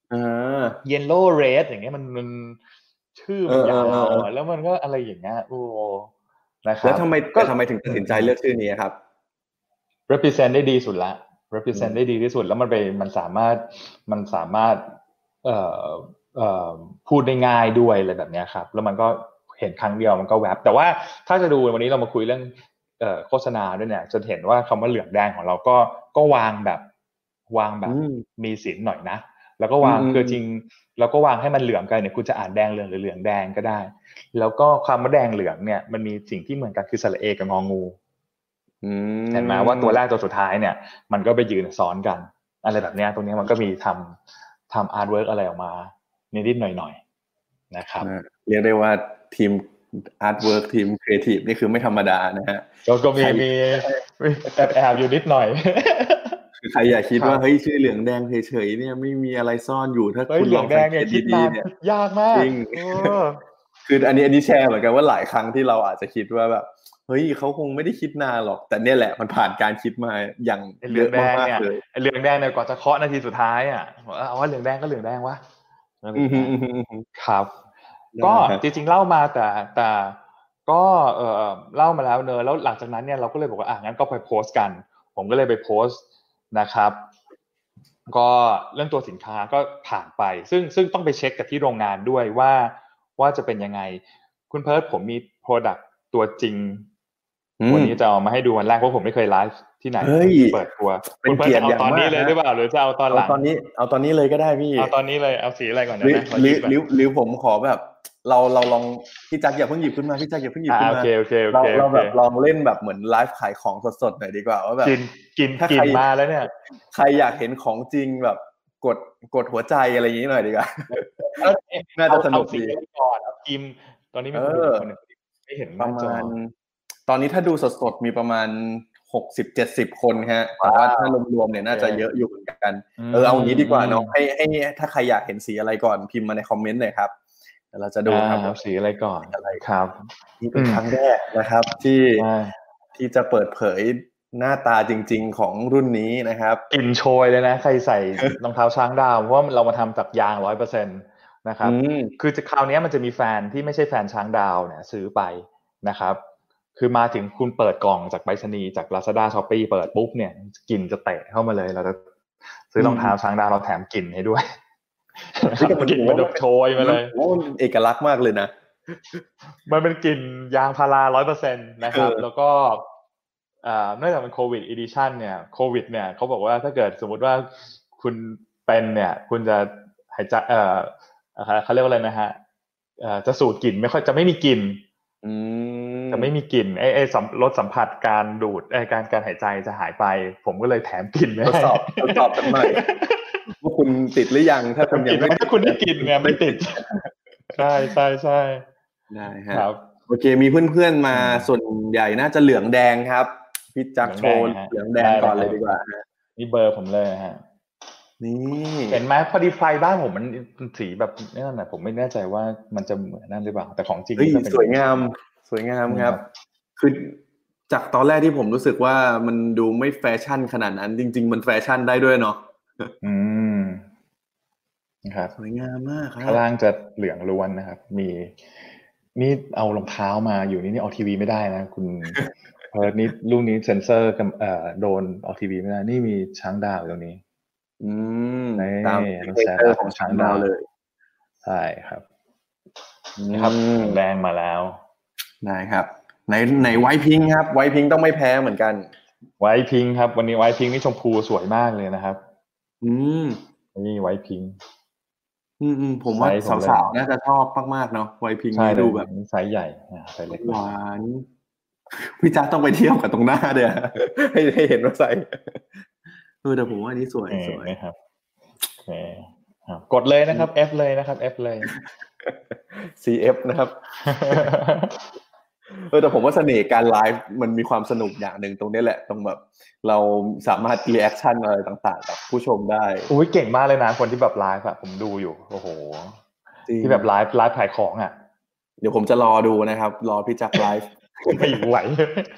S1: อ่า
S2: Yellow Red อย่างเงี้ยมันมันชื่อ
S1: เอ
S2: มันยา
S1: อเออเออ
S2: วอ่ะแล้วมันก็อะไรอย่างเงี้ยโอ้นะครับ
S1: แล้วทำไม
S2: ก็
S1: แต่ทำไมถึงตัดสินใจเลือกชื่อนี้ครับ
S2: represent ได้ดีสุดละ
S1: อื
S2: represent
S1: ม
S2: ได้ดีที่สุดแล้วมันไปมันสามารถมันสามารถเอ่อเอ่อพูดได้ง่ายด้วยอะไรแบบเนี้ยครับแล้วมันก็เห็นครั้งเดียวมันก็แวบแต่ว่าถ้าจะดูวันนี้เรามาคุยเรื่องเอ่อโฆษณาด้วยเนี่ยจะเห็นว่าคำว่าเหลืองแดงของเราก็ก็วางแบบวางแบบ
S1: อืม
S2: มีศีลหน่อยนะแล้วก็
S1: อื
S2: วาง
S1: มอืมอืม
S2: คือจริงเราก็วางให้มันเหลืองกันเนี่ยคุณจะอ่านแดงเหลืองหรือเหลืองแดงก็ได้แล้วก็ความว่าแดงเหลืองเนี่ยมันมีสิ่งที่เหมือนกันคือสระเอกับงองู
S1: อื
S2: เห็นไหมว่าตัวแรก
S1: ม
S2: ตัวสุดท้ายเนี่ยมันก็ไปยืนซ้อนกันอะไรแบบเนี้ยตรงนี้มันก็มีทำทำอาร์ตเวิร์กอะไรออกมานิดๆหน่อยๆนะครับ
S1: นะเรียกได้ว่าทีมอาร์ตเวิร์กทีมครีเอทีฟนี่คือไม่ธรรมดานะฮะ
S2: ก็ก็
S1: ใคร
S2: มีมีแอบแอบอยู่นิดหน่อย
S1: คือใครอยากคิด
S2: ครับ
S1: ว่าเฮ้ยชื่อเหลืองแดงเฉยๆเนี่ยไม่มีอะไรซ่อนอยู่ถ้า
S2: เฮ้ย
S1: คุณ
S2: เหลืองแด
S1: ลองสังเกต
S2: งเนี่ยคิดนาน
S1: ดีๆเนี่ย
S2: คิดยากมา
S1: จริง
S2: กโอ้
S1: คืออันนี้อันนี้แชร์เหมือนกันว่าหลายครั้งที่เราอาจจะคิดว่าแบบเฮ้ยเขาคงไม่ได้คิดนานหรอกแต่เนี่ยแหละมันผ่านการคิดมาอย่าง
S2: ไอ้เหลื
S1: เยอะ
S2: องแดงเนี่ย
S1: มากๆเลย
S2: ไอ้เหลืองแดงเนี่ยกว่าจะเคาะนาทีสุดท้ายอ่ะเอาว่าเหลืองแดงก็เหลืองแดงวะอะไร
S1: อื
S2: อย่างเงี้ย
S1: มฮึอืมฮึอืมฮึ
S2: ครับ
S1: ได้
S2: ก็
S1: ครับ
S2: จริงๆเล่ามาแต่แต่ก็เออเล่ามาแล้วเนอะแล้วหลังจากนั้นเนี่ยเราก็เลยบอกว่าอ่ะงั้นก็ไปโพสต์กันผมก็เลยไปโพสต์นะครับก็เรื่องตัวสินค้าก็ผ่านไปซึ่งซึ่งต้องไปเช็คกับที่โรงงานด้วยว่าว่าจะเป็นยังไงคุณเพิร์ทผมมี Product ตัวจริง
S1: อืม
S2: วันนี้จะเอามาให้ดูวันแรกเพราะผมไม่เคยไลฟ์ที่ไหน
S1: เฮ้ย
S2: เปิดตัว
S1: เป็น
S2: คุณเพิร์ท
S1: เกียรติอย่าง
S2: จะเอาตอนนี้
S1: มากฮะ
S2: เลยหรือเปล่าหรือจะเอาตอนหลัง
S1: เอาตอนนี้เอาตอนนี้เลยก็ได้พี่
S2: เอาตอนนี้เลยเอาสีอะไรก่อน
S1: หรือ
S2: นะนะขอ
S1: หรือ
S2: หยิบก่อน
S1: หรือหรือผมขอแบบเราเราลองพี่จักรอย่าเพิ่งหยิบขึ้นมาพี่จักรอย่าเพิ่งหยิบ
S2: อ่า
S1: ขึ้นมา
S2: โอเคโอเคโอ
S1: เรา
S2: เคโอเค
S1: เราแบบลองเล่นแบบเหมือนไลฟ์ขายของสดๆหน่อยดีกว่าว่าแบบ
S2: กินกิน
S1: ถ้าใคร
S2: กินมาแล้วเนี่ย
S1: ใครอยากเห็นของจริงแบบกดกดหัวใจอะไรอย่างนี้หน่อยดีกว่า
S2: เอา
S1: น่า
S2: เอา
S1: จะส
S2: เอาสี
S1: นุกดี
S2: อะไรก่อนเอาทีมตอนนี้
S1: เอ
S2: มีคนดูอยู่
S1: อ
S2: คนหนึ่งไม่เห็นห
S1: ประ
S2: น้าจอ
S1: มาณตอนนี้ถ้าดูสดๆมีประมาณหกสิบเจ็ดสิบคนฮะแต่
S2: ว้าว
S1: ว่าถ้ารวมๆเนี่ย
S2: โอเค
S1: น่าจะเยอะอยู่เหมือนกัน
S2: อื
S1: เออเอาอย่างนี้ดีกว่า
S2: มอืม
S1: เนาะให้ให้ถ้าใครอยากเห็นสีอะไรก่อนพิมพ์มาในคอมเมนต์หน่อยครับเดี๋ยวเราจะดู
S2: อ่า
S1: ครับว่า
S2: เอาสีอะไรก่อน
S1: สีอะไร
S2: ครับ
S1: นี่
S2: อื
S1: เป็น
S2: ม
S1: ครั้งแรกนะครับที่
S2: ได้
S1: ที่จะเปิดเผยหน้าตาจริงๆของรุ่นนี้นะครับ
S2: กลิ่นโชยเลยนะใครใส่รองเท้าช้างดาวเพราะว่าเรามาทำจากยางร้อยเปอร์เซ็นต์นะค
S1: อื
S2: รับ
S1: ม
S2: คือจะคราวนี้มันจะมีแฟนที่ไม่ใช่แฟนช้างดาวเนี่ยซื้อไปนะครับคือมาถึงคุณเปิดกล่องจากไปรษณีย์จาก Lazada Shopee เปิดปุ๊บเนี่ยกลิ่นจะเตะเข้ามาเลยเราจะซื้อรองเท้า
S1: อืม
S2: ช้างดาวเราแถมกลิ่นให้ด้วย
S1: เฮ้ยแต่มัน
S2: กลิ่น
S1: ผมว่ามันเป็น
S2: มันจะโชยมาเลย
S1: ผมว่ามันเป็นเอกลักษณ์มากเลยนะ
S2: มันเป็นกลิ่นยางพาราร้อยเปอร์เซ็นต์นะ
S1: เอ
S2: ครับแล้ว
S1: อ
S2: ก็อ่าเนื่องจากเป็นโควิดอีดิชันเนี่ยโควิดเนี่ยเขาบอกว่าถ้าเกิดสมมุติว่าคุณเป็นเนี่ยคุณจะหายใจเอ่อเอ่อเขาเรียกว่าอะไรนะฮะเอ่อจะสูดกลิ่นไม่ค่อยจะไม่มีกลิ่น
S1: อื
S2: จะไม่มี
S1: ม
S2: กลิ่นไอ้ไอ้สัมลดสัมผัสการดูดไอ้การการหายใจจะหายไปผมก็เลยแถมกลิ่นไว้ให้
S1: ทดสอบทดสอบกันหน่อย ว่าคุณติดหรือยังถ้า
S2: แถ
S1: คุณยังไม่ติด
S2: มกลิ่นไว้ถ้าคุณได้กลิ่นเนี่ยไม่ติดใช่ใช่ใช่
S1: ได้
S2: ค
S1: ฮะ
S2: รับ
S1: โอเคมีเพื่อนๆมา
S2: อืม
S1: ส่วนใหญ่น่าจะเหลืองแดงครับพี่จั
S2: เหลือง
S1: กรโชว์
S2: แดงนะฮะ
S1: เหลืองแดง
S2: ได้
S1: ก่อน
S2: เลยครับ
S1: เลยดีกว่าฮะ
S2: นี่เบอร์ผมเลยนะฮะ
S1: นี่
S2: เห็นไหมพอดีไฟบ้านผมมันสีแบบนั่นแหละผมไม่แน่ใจว่ามันจะเหมือนนั่นหรือเปล่าแต่ของจริง
S1: เฮ้ย
S2: นี่ก็เป็น
S1: สวยงาม
S2: อย่างนี้สวยมาก
S1: สวยงามครับ
S2: นี่ครับ
S1: คือจากตอนแรกที่ผมรู้สึกว่ามันดูไม่แฟชั่นขนาดนั้นจริงๆมันแฟชั่นได้ด้วยเนาะ
S2: อืมนะครับ
S1: สวยงามมากค
S2: ข้าง
S1: รับ
S2: ล่างจะเหลืองล้วนนะครับมีนี่เอารองเท้ามาอยู่นี่นี่ออกทีวีไม่ได้นะคุณเพิร์ดนี่ลูกนี้เซ็นเซอร์กับเอ่อโดนออกทีวีไม่ได้นี่มีช้างดาวอยู่ตรงนี้
S1: อืม
S2: นี่
S1: ตามซิกเน
S2: ต้องแชร์
S1: เจอร์ของ
S2: ภาพของ
S1: ช้างดาว
S2: ช้างดาว
S1: เลย
S2: ใช่ครับ
S1: อื
S2: นี่ครับ
S1: ม
S2: แดงมาแล้ว
S1: ได้ครับไหนไหนไวท์พิงค์ครับไวท์พิงค์ต้องไม่แพ้เหมือนกัน
S2: ไวท์พิงค์ครับวันนี้ไวท์พิงค์นี่ชมพูสวยมากเลยนะครับ
S1: อืม
S2: นี่ไวท์พิงค์
S1: อืมอืมผม
S2: ไซ
S1: ว่า
S2: ส์ผมเลย
S1: สาวๆน่าจะชอบมากๆเนาะไวพิงค์
S2: ใช่เลย
S1: นี้ดูแบบ
S2: นี่ไซส์ใหญ่อ่าไซส์เล็กไป
S1: หวานพี่จ๊าต้องไปเที่ยวกับตรงหน้าเดี๋ยวให้ให้เห็นว่าใส่เออแต่ผมว่าอันนี้สวย
S2: เออ
S1: สวย
S2: นะครับโอเคครับกดเลยนะครับ F เลยนะครับ F เลย
S1: ซี เอฟ นะครับเออแต่ผมว่าเสน่ห์การไลฟ์มันมีความสนุกอย่างหนึ่งตรงนี้แหละตรงแบบเราสามารถรีแอคชั่นอะไรต่างๆกับผู้ชมได้
S2: อุ้ยเก่งมากเลยนะคนที่แบบไลฟ์อะผมดูอยู่โอ้โห
S1: จริง
S2: ที่แบบไลฟ์ไลฟ์ขายของอะ
S1: เดี๋ยวผมจะรอดูนะครับรอพี่จักรไลฟ์
S2: ไม่ไหว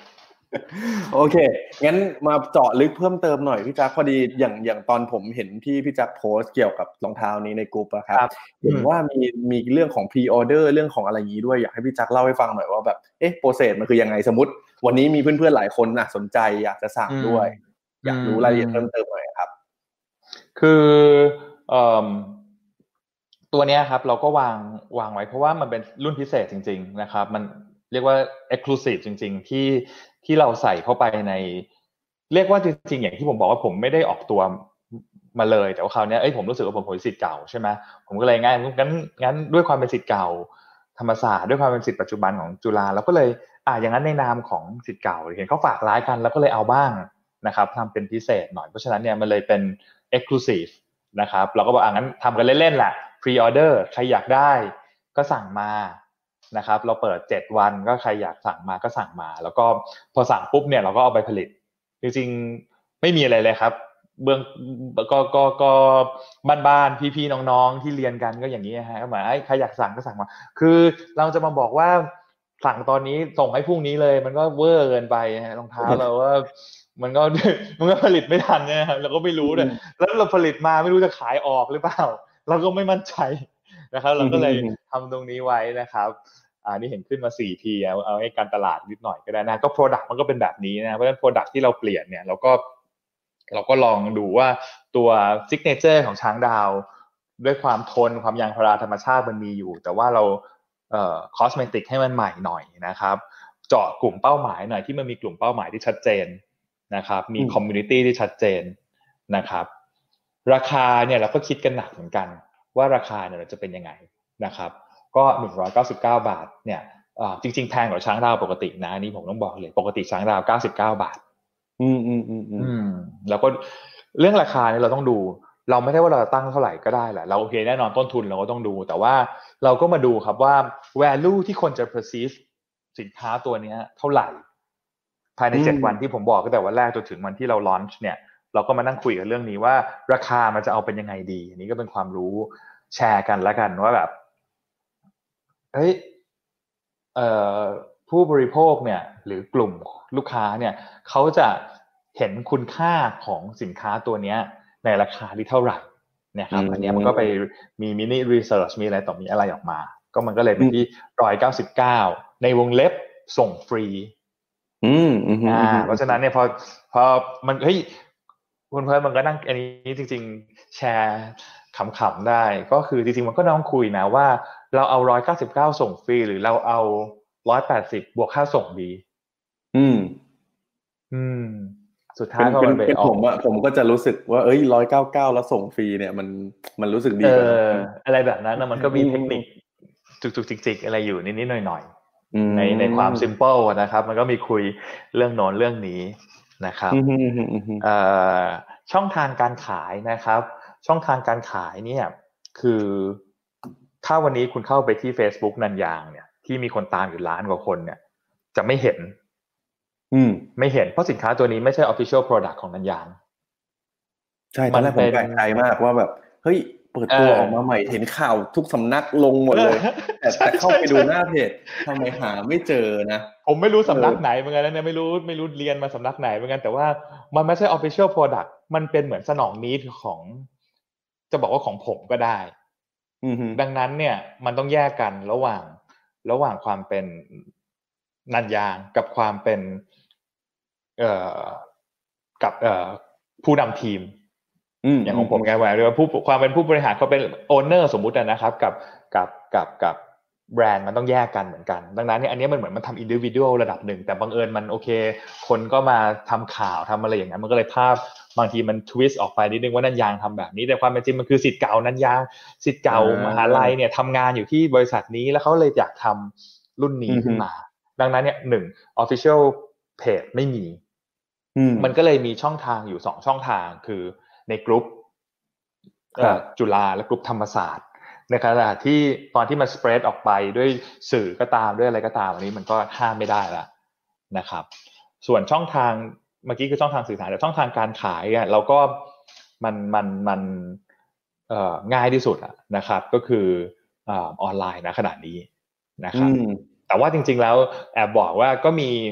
S1: โอเคงั้นมาเจาะลึกเพิ่มเติมหน่อยพี่จักพอดีอย่างอย่างตอนผมเห็นที่พี่จักโพสต์เกี่ยวกับรองเท้านี้ในกลุ่มอะครับเห็นว่ามีมีเรื่องของพรีออเดอร์เรื่องของอะไรอย่างนี้ด้วยอยากให้พี่จักเล่าให้ฟังหน่อยว่าแบบเอ๊ะโปรเซสมันคือยังไงสมมติวันนี้มีเพื่อนๆหลายคนน่ะสนใจอยากจะสั่งด้วยอยากรู้รายละเอียดเพิ่มเติมหน่อยครับ
S2: คือเอ่อตัวเนี้ยครับเราก็วางวางไว้เพราะว่ามันเป็นรุ่นพิเศษจริงๆนะครับมันเรียกว่า exclusive จริงๆที่ที่เราใส่เข้าไปในเรียกว่าจริงๆอย่างที่ผมบอกว่าผมไม่ได้ออกตัวมาเลยแต่ว่าคราวนี้เอ้ยผมรู้สึกว่าผมเป็นศิษย์เก่าใช่ไหมผมก็เลยง่ายงั้นงั้นด้วยความเป็นศิษย์เก่าธรรมศาสตร์ด้วยความเป็นศิษย์ปัจจุบันของจุฬาเราก็เลยอ่าอย่างนั้นในนามของศิษย์เก่าเห็นเขาฝากร้ายกันแล้วก็เลยเอาบ้างนะครับทำเป็นพิเศษหน่อยเพราะฉะนั้นเนี่ยมันเลยเป็น exclusive นะครับเราก็บอกอ่างั้นทำกันเล่นๆแหละ pre order ใครอยากได้ก็สั่งมานะครับเราเปิดเจ็ดวันก็ใครอยากสั่งมาก็สั่งมาแล้วก็พอสั่งปุ๊บเนี่ยเราก็เอาไปผลิตจริงๆไม่มีอะไรเลยครับเบื้องก็ก็ก็บ้านๆพี่ๆน้องๆที่เรียนกันก็อย่างนี้ฮะก็หมายไอ้ใครอยากสั่งก็สั่งมาคือเราจะมาบอกว่าสั่งตอนนี้ส่งให้พรุ่งนี้เลยมันก็เวอร์เกินไปฮะรองเท้าเราว่ามันก็มันก็ผลิตไม่ทันเนี่ยเราก็ไม่รู้เลยแล้วเราผลิตมาไม่รู้จะขายออกหรือเปล่าเราก็ไม่มั่นใจนะครับเราก็เลยทำตรงนี้ไว้นะครับอ่านี่เห็นขึ้นมา สี่ ที เอาเอาให้การตลาดนิดหน่อยก็ได้นะก็ product มันก็เป็นแบบนี้นะเพราะฉะนั้น product ที่เราเปลี่ยนเนี่ยเราก็เราก็ลองดูว่าตัว signature ของช้างดาวด้วยความทนความยางพาราธรรมชาติมันมีอยู่แต่ว่าเราเอ่อ cosmetic ให้มันใหม่หน่อยนะครับเจาะกลุ่มเป้าหมายหน่อยที่มันมีกลุ่มเป้าหมายที่ชัดเจนนะครับมี community ที่ชัดเจนนะครับราคาเนี่ยเราก็คิดกันหนักเหมือนกันว่าราคาเนี่ยจะเป็นยังไงนะครับก็หนึ่งร้อยเก้าสิบเก้าบาทเนี่ยจริงๆแพงกว่าช้างดาวปกตินะนี่ผมต้องบอกเลยปกติช้างดาวเก้าสิบเก้าบาท
S1: อืมอืมอืมอืม
S2: แล้วก็เรื่องราคาเนี่ยเราต้องดูเราไม่ได้ว่าเราตั้งเท่าไหร่ก็ได้แหละเราโอเคแน่นอนต้นทุนเราก็ต้องดูแต่ว่าเราก็มาดูครับว่า value ที่คนจะ perceive สินค้าตัวนี้เท่าไหร่ภายในเจ็ดวันที่ผมบอกตั้งแต่วันแรกจนถึงวันที่เรา launch เนี่ยเราก็มานั่งคุยกันเรื่องนี้ว่าราคามันจะเอาเป็นยังไงดีอันนี้ก็เป็นความรู้แชร์กันแล้วกันว่าแบบเฮ้ยเอ่อผู้บริโภคเนี่ยหรือกลุ่มลูกค้าเนี่ยเขาจะเห็นคุณค่าของสินค้าตัวนี้ในราคาที่เท่าไหร่นะครับอันนี้มันก็ไปมีมินิรีเสิร์ชมีอะไรต่อมีอะไรออกมาก็มันก็เลยเป็นที่หนึ่งร้อยเก้าสิบเก้าในวงเล็บส่งฟรี
S1: อืม
S2: อ่าเพราะฉะนั้นเนี่ยพอพอมันเฮ้ยคุณเพื่อนมันก็นั่งอันนี้จริงๆแชร์ขำๆได้ก็คือจริงๆมันก็น้องคุยนะว่าเราเอาหนึ่งร้อยเก้าสิบเก้าส่งฟรีหรือเราเอาหนึ่งร้อยแปดสิบบวกค่าส่งดี
S1: อืม
S2: อืมสุดท้ายพอมันไปออก
S1: ผมอะผมก็จะรู้สึกว่าเอ้ยหนึ่งร้อยเก้าสิบเก้าแล้วส่งฟรีเนี่ยมันมันรู้สึกดีกว่า
S2: อะไรแบบนั้นนะมันก็มีเทคนิคจุกๆจิกๆอะไรอยู่นิดๆหน่อยๆในในความซิมเปิลนะครับมันก็มีคุยเรื่องโน้นเรื่องนี้นะครับช่องทางการขายนะครับช่องทางการขายเนี่ยคือถ้าวันนี้คุณเข้าไปที่ Facebook นันยางเนี่ยที่มีคนตามอยู่ล้านกว่าคนเนี่ยจะไม่เห็น
S1: อืม
S2: ไม่เห็นเพราะสินค้าตัวนี้ไม่ใช่ official product ของนันยาง
S1: ใช่ตอนแรกผมแปลกใจมากว่าแบบเฮ้ยเปิดตัวออกมาใหม่เห็นข่าวทุกสำนักลงหมดเลยแต่แต่เข้าไปดูหน้าเพจทำไมหาไม่เจอนะ
S2: ผมไม่รู้สำนักไหนเหมือนกันนะเนี่ยไม่รู้ไม่รู้เรียนมาสำนักไหนเหมือนกันแต่ว่ามันไม่ใช่ official product มันเป็นเหมือนสนองนิดของจะบอกว่าของผมก็ได้ดังนั้นเนี่ยมันต้องแยกกันระหว่างระหว่างความเป็นนันยางกับความเป็นเอ่อกับเอ่อผู้นำทีมอย่างของผมไงว่าเรียกว่าผู้ความเป็นผู้บริหารเขาเป็นโอนเนอร์สมมุตินะครับกับกับกับกับแบรนด์มันต้องแยกกันเหมือนกันดังนั้นเนี่ยอันนี้มันเหมือนมันทำอินดิวิวดระดับหนึ่งแต่บังเอิญมันโอเคคนก็มาทำข่าวทำอะไรอย่างนั้นมันก็เลยภาพบางทีมันทวิสต์ออกไปนิดนึงว่านันยางทำแบบนี้แต่ความเป็นจริงมันคือศิษย์เก่านันยางศิษย์เก่ามหาลัยเนี่ยทำงานอยู่ที่บริษัทนี้แล้วเขาเลยอยากทำรุ่นนี้ขึ้นมาดังนั้นเนี่ยหนึ่ง official page ไม่มีมันก็เลยมีช่องทางอยู่สองช่องทางคือในกลุ่มจุฬาและกลุ่มธรรมศาสตร์ในขณะที่ตอนที่มันสเปรดออกไปด้วยสื่อก็ตามด้วยอะไรก็ตามอันนี้มันก็ห้ามไม่ได้ละนะครับส่วนช่องทางเมื่อกี้คือช่องทางสื่อสารแต่ช่องทางการขายอ่ะเราก็มันมันมันเอ่อง่ายที่สุดอ่ะนะครับก็คือออนไลน์นะขนาดนี้นะครับแต่ว่าจริงๆแล้วแอบบอกว่าก็มี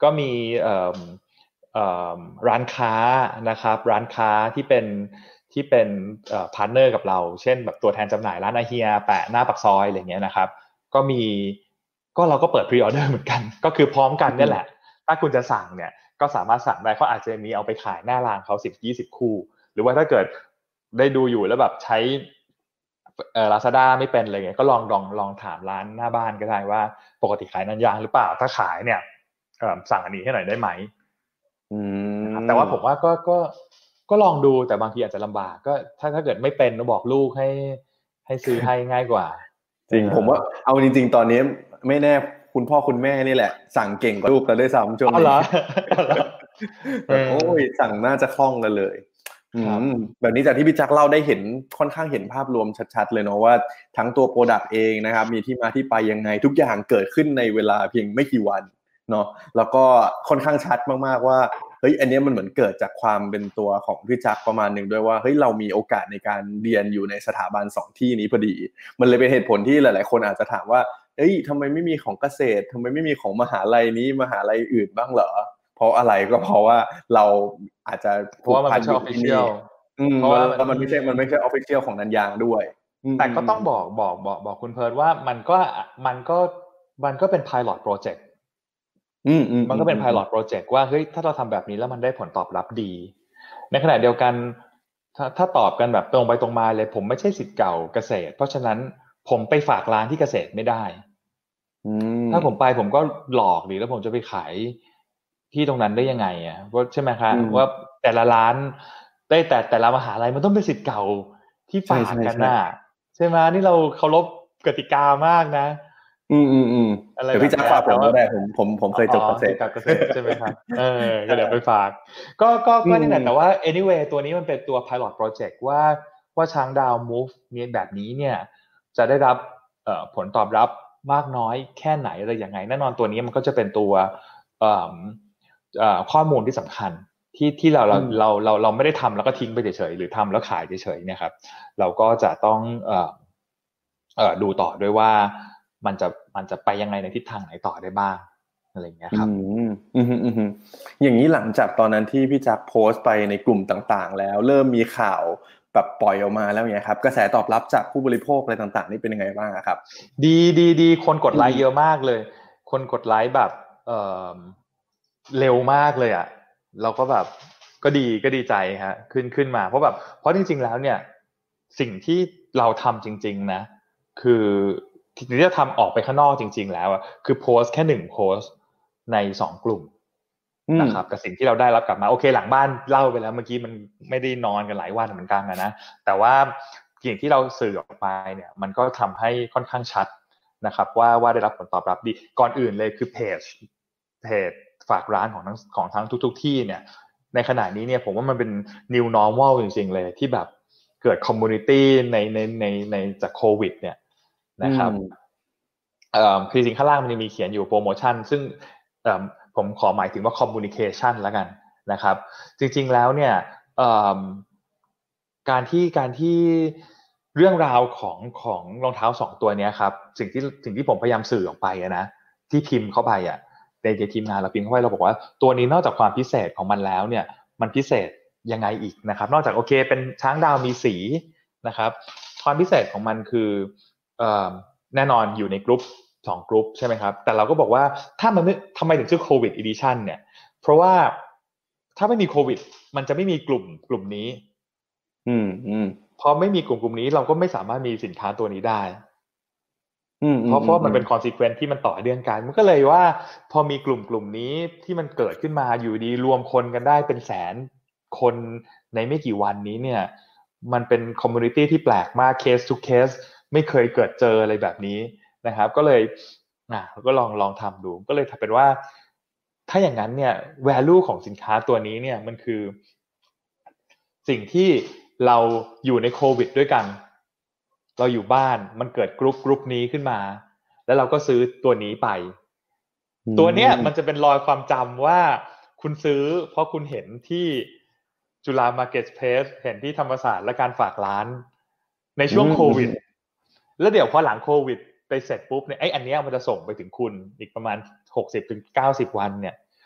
S2: ก็มีเอ่อเอ่อร้านค้านะครับร้านค้าที่เป็นที่เป็นเอ่อพาร์ทเนอร์กับเราเช่นแบบตัวแทนจำหน่ายร้านอาเฮียแปะหน้าปากซอยอะไรเงี้ยนะครับก็มีก็เราก็เปิดพรีออเดอร์เหมือนกันก็คือพร้อมกันนี่แหละถ้าคุณจะสั่งเนี่ยก็สามารถสั่งได้เขาอาจจะมีเอาไปขายหน้าร้านเขาสิบยี่สิบคู่หรือว่าถ้าเกิดได้ดูอยู่แล้วแบบใช้เอ่อ Lazada ไม่เป็นอะไรเงี้ยก็ลองลองลองถามร้านหน้าบ้านก็ได้ว่าปกติขายนันยางหรือเปล่าถ้าขายเนี่ยเอ่อสั่งอันนี้ให้หน่อยได้ไหมนะครับแต่ว่าผมว่าก็ก็ก็ลองดูแต่บางทีอาจจะลำบากก็ถ้าถ้าเกิดไม่เป็นก็บอกลูกให้ให้ซื้อให้ง่ายกว่า
S1: จริงผมว่าเอาจริงๆตอนนี้ไม่แน่คุณพ่อคุณแม่นี่แหละสั่งเก่งกว่าลูกกันด้วยซ้ำช่วงนี้แบบโอ้ยสั่งน่าจะคล่องกันเลยแบบนี้จากที่พี่จักเล่าได้เห็นค่อนข้างเห็นภาพรวมชัดๆเลยเนาะว่าทั้งตัวโปรดักต์เองนะครับมีที่มาที่ไปยังไงทุกอย่างเกิดขึ้นในเวลาเพียงไม่กี่วันเนาะแล้วก็ค่อนข้างชัดมากๆว่าเฮ้ยอันนี้มันเหมือนเกิดจากความเป็นตัวของพี่จักประมาณหนึ่งด้วยว่าเฮ้ยเรามีโอกาสในการเรียนอยู่ในสถาบันสองที่นี้พอดีมันเลยเป็นเหตุผลที่หลายๆคนอาจจะถามว่าเอ้ยทำไมไม่มีของเกษตรทำไมไม่มีของมหาลัยนี้มหาลัยอื่นบ้างเหรอเพราะอะไรก็เพราะว่าเราอาจจะ
S2: เพราะว่ามันไม่ใช่ official
S1: เพราะว่ามันไม่ใช่มันไม่ใช่ official ของนันยางด้วย
S2: แต่ก็ต้องบอกบอกบอกบอกคุณเพิร์ดว่ามันก็มันก็มันก็เป็น pilot project
S1: อืมอืม
S2: มันก็เป็น pilot project ว่าเฮ้ยถ้าเราทำแบบนี้แล้วมันได้ผลตอบรับดีในขณะเดียวกันถ้าถ้าตอบกันแบบตรงไปตรงมาเลยผมไม่ใช่ศิษย์เก่าเกษตรเพราะฉะนั้นผมไปฝากร้านที่เกษตรไม่ได้ถ้าผมไปผมก็หลอกดีแล้วผมจะไปขายที่ตรงนั้นได้ยังไงอ่ะว่าใช่ไหมครับว่าแต่ละร้านได้แต่แต่ละมหาลัยมันต้องเป็นศิษย์เก่าที่ฝากกันน่ะใช่ไหมนี่เราเคารพกติกามากนะ
S1: อืมอืมอืมเดี๋ยวพี่จักฝากผมก็ได้ผมผมผมเคยจบเกษตร
S2: เกษตรใช่ไหมครับเออก็เดี๋ยวไปฝากก็ก็ก็นี่แหละแต่ว่า anyway ตัวนี้มันเป็นตัว pilot project ว่าว่าช้างดาว move เนี่ยแบบนี้เนี่ยจะได้รับเอ่อผลตอบรับมากน้อยแค่ไหนอะไรอย่างไงแน่นอนตัวนี้มันก็จะเป็นตัวเอ่อเอ่อข้อมูลที่สำคัญที่ที่เราเราเราเราเราไม่ได้ทำแล้วก็ทิ้งไปเฉยๆหรือทำแล้วขายเฉยๆเนี่ยครับเราก็จะต้องเอ่อเอ่อดูต่อด้วยว่ามันจะมันจะไปยังไงในทิศทางไหนต่อได้บ้างอะไรอย่างเงี้ยครับ
S1: อืมอืมอืมอย่างนี้หลังจากตอนนั้นที่พี่จักโพสต์ไปในกลุ่มต่างๆแล้วเริ่มมีข่าวแบบปล่อยออกมาแล้วเนี่ยครับกระแสตอบรับจากผู้บริโภคอะไรต่างๆนี่เป็นยังไงบ้างครับ
S2: ดีดีดีคนกดไลค์เยอะมากเลยคนกดไลค์แบบเอ่อเร็วมากเลยอ่ะเราก็แบบก็ดีก็ดีใจฮะขึ้นขึ้นมาเพราะแบบเพราะจริงๆแล้วเนี่ยสิ่งที่เราทำจริงๆนะคือที่จะทำออกไปข้างนอกจริงๆแล้วอ่ะคือโพสต์แค่หนึ่งโพสต์ในสองกลุ่มนะครับแต่สิ่งที่เราได้รับกลับมาโอเคหลังบ้านเล่าไปแล้วเมื่อกี้มันไม่ได้นอนกันหลายวันเหมือนกันนะแต่ว่าสิ่งที่เราสื่อออกไปเนี่ยมันก็ทำให้ค่อนข้างชัดนะครับว่าว่าได้รับผลตอบรับดีก่อนอื่นเลยคือเพจเพจฝากร้านของทั้งของทั้งทุกๆที่เนี่ยในขณะนี้เนี่ยผมว่ามันเป็น new normal จริงๆเลยที่แบบเกิด community ในในในในจากโควิดเนี่ยนะครับเอ่อคือสิ่งข้างล่างมันจะมีเขียนอยู่โปรโมชั่นซึ่งเอ่อผมขอหมายถึงว่า communication แล้วกันนะครับจริงๆแล้วเนี่ยเอ่อการที่การที่เรื่องราวของของรองเท้าสองตัวนี้ครับสิ่งที่สิ่งที่ผมพยายามสื่อออกไปนะที่พิมพ์เข้าไปอ่ะในทีมงานเราพิมพ์เข้าไปเราบอกว่าตัวนี้นอกจากความพิเศษของมันแล้วเนี่ยมันพิเศษยังไงอีกนะครับนอกจากโอเคเป็นช้างดาวมีสีนะครับความพิเศษของมันคือเอ่อแน่นอนอยู่ในกลุ่มสองกลุ่มใช่ไหมครับแต่เราก็บอกว่าถ้ามันไม่ทำไมถึงชื่อโควิดอีดิชั่นเนี่ยเพราะว่าถ้าไม่มีโควิดมันจะไม่มีกลุ่มกลุ่มนี้
S1: อืมอืม
S2: พอไม่มีกลุ่มกลุ่มนี้เราก็ไม่สามารถมีสินค้าตัวนี้ได้
S1: อืม
S2: เพราะเพราะมันเป็น consequence ที่มันต่อเนื่องกันมันก็เลยว่าพอมีกลุ่มกลุ่มนี้ที่มันเกิดขึ้นมาอยู่ดีรวมคนกันได้เป็นแสนคนในไม่กี่วันนี้เนี่ยมันเป็น community ที่แปลกมาก case to case ไม่เคยเกิดเจออะไรแบบนี้นะครับก็เลยอ่ะก็ลองลองทำดูก็เลยเป็นว่าถ้าอย่างนั้นเนี่ย value ของสินค้าตัวนี้เนี่ยมันคือสิ่งที่เราอยู่ในโควิดด้วยกันเราอยู่บ้านมันเกิดกรุ๊ปกรุ๊ปนี้ขึ้นมาแล้วเราก็ซื้อตัวนี้ไปตัวเนี้ยมันจะเป็นรอยความจำว่าคุณซื้อเพราะคุณเห็นที่จุฬามาร์เก็ตเพลสเห็นที่ธรรมศาสตร์และการฝากร้านในช่วงโควิดแล้วเดี๋ยวพอหลังโควิดไปเสร็จปุ๊บเนี่ยไอ้อันเนี้ยมันจะส่งไปถึงคุณอีกประมาณหกสิบถึงเก้าสิบวันเนี่ย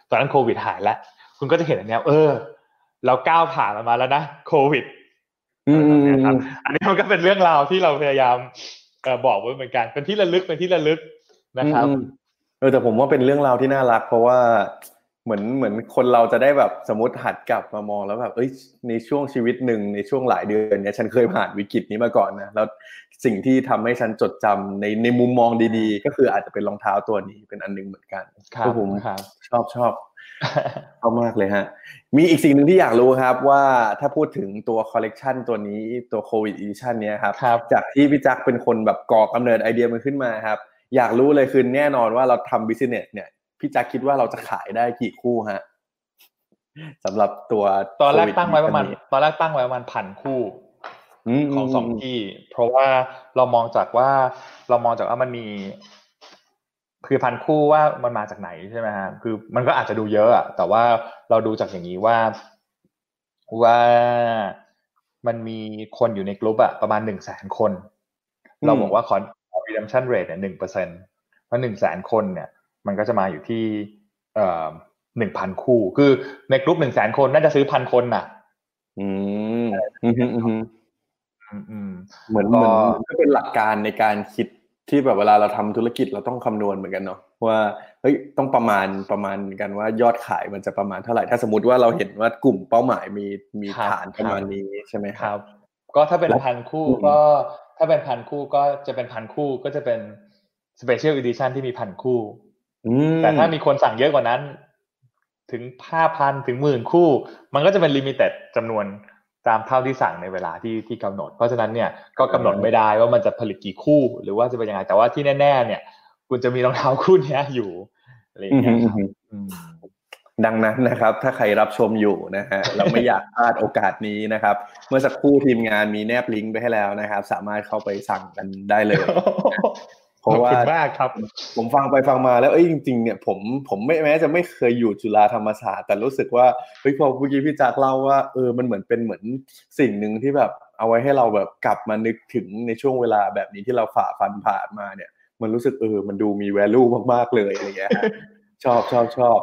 S2: ตอนนั้นโควิดหายแล้วคุณก็จะเห็นอันเนี้ยเออเราก้าวผ่านมันมาแล้วนะโควิดอะไรแบบนี้ครับอันนี้มันก็เป็นเรื่องราวที่เราพยายามเอ่อบอกไว้เหมือนกันเป็นที่ระลึกเป็นที่ระลึกนะครับ
S1: เออแต่ผมว่าเป็นเรื่องราวที่น่ารักเพราะว่าเหมือนเหมือนคนเราจะได้แบบสมมติหัดกลับมามองแล้วแบบเอ้ยในช่วงชีวิตหนึ่งในช่วงหลายเดือนเนี้ยฉันเคยผ่านวิกฤตนี้มาก่อนนะแล้วสิ่งที่ทำให้ฉันจดจำในในมุมมองดีๆก็คืออาจจะเป็นรองเท้าตัวนี้เป็นอันนึงเหมือนกันก็ผมชอบชอบชอบมากเลยฮะมีอีกสิ่งหนึ่งที่อยากรู้ครับว่าถ้าพูดถึงตัวคอลเลกชันตัวนี้ตัวโควิดอีดิชั่นเนี้ยครับจากที่พี่จักเป็นคนแบบก่อกำเนิดไอเดียมันขึ้นมาครับอยากรู้เลยคือแน่นอนว่าเราทำบิสเนสเนี่ยพี่จักคิดว่าเราจะขายได้กี่คู่ฮะสำหรับตัว
S2: ตอนแรกตั้งไว้ประมาณตอนแรกตั้งไว้ประมาณพันคู่ของสองที่เพราะว่าเรามองจากว่าเรามองจากว่ามันมีคือพันคู่ว่ามันมาจากไหนใช่ไหมฮะคือมันก็อาจจะดูเยอะอะแต่ว่าเราดูจากอย่างนี้ว่าว่ามันมีคนอยู่ในกลุ่มอะประมาณหนึ่งแสนคนเราบอกว่าขอ redemption rate เนี่ยหนึ่งเปอร์เซ็นต์เพราะหนึ่งแสนคนเนี่ยมันก็จะมาอยู่ที่เอ่อหนึ่งพันคู่คือในกลุ่มหนึ่งแสนคนน่าจะซื้อพันคนน่ะ
S1: อืมอืมอืมอืมเหมือนเหมือนก็เป็นหลักการในการคิดที่แบบเวลาเราทำธุรกิจเราต้องคำนวณเหมือนกันเนาะว่าเฮ้ยต้องประมาณประมาณกันว่ายอดขายมันจะประมาณเท่าไหร่ถ้าสมมติว่าเราเห็นว่ากลุ่มเป้าหมายมีมีฐานประมาณนี้ใช่ไหม
S2: ครับก็ถ้าเป็นพันคู่ก็ถ้าเป็นพันคู่ก็จะเป็นพันคู่ก็จะเป็น special edition ที่มีพันคู่แต่ถ้ามีคนสั่งเยอะกว่านั้นถึง ห้าพัน ถึง หนึ่งหมื่น คู่มันก็จะเป็น limited จำนวนตามเท่าที่สั่งในเวลาที่ที่กำหนดเพราะฉะนั้นเนี่ยก็กำหนดไม่ได้ว่ามันจะผลิตกี่คู่หรือว่าจะเป็นยังไงแต่ว่าที่แน่ๆเนี่ยคุณจะมีรองเท้าคู่นี้อยู่อะไรอย่างเงี้ยครับ
S1: ดังนั้นนะครับถ้าใครรับชมอยู่นะฮะเราไม่อยากพลาดโอกาสนี้นะครับเมื่อสักครู่ทีมงานมีแนบลิงก์ไปให้แล้วนะครับสามารถเข้าไปสั่งกันได้เลยเพราะว่าผมฟังไปฟังมาแล้วเอ้ยจริงๆเนี่ยผมผมไม่แม้จะไม่เคยอยู่จุฬาธรรมศาสตร์แต่รู้สึกว่าเฮ้ยพอเมื่อกี้พี่จักเล่าว่าเออมันเหมือนเป็นเหมือนสิ่งหนึ่งที่แบบเอาไว้ให้เราแบบกลับมานึกถึงในช่วงเวลาแบบนี้ที่เราฝ่าฟันผ่านมาเนี่ยมันรู้สึกเออมันดูมี value มากๆเลยอะไรเงี้ยชอบชอบชอบ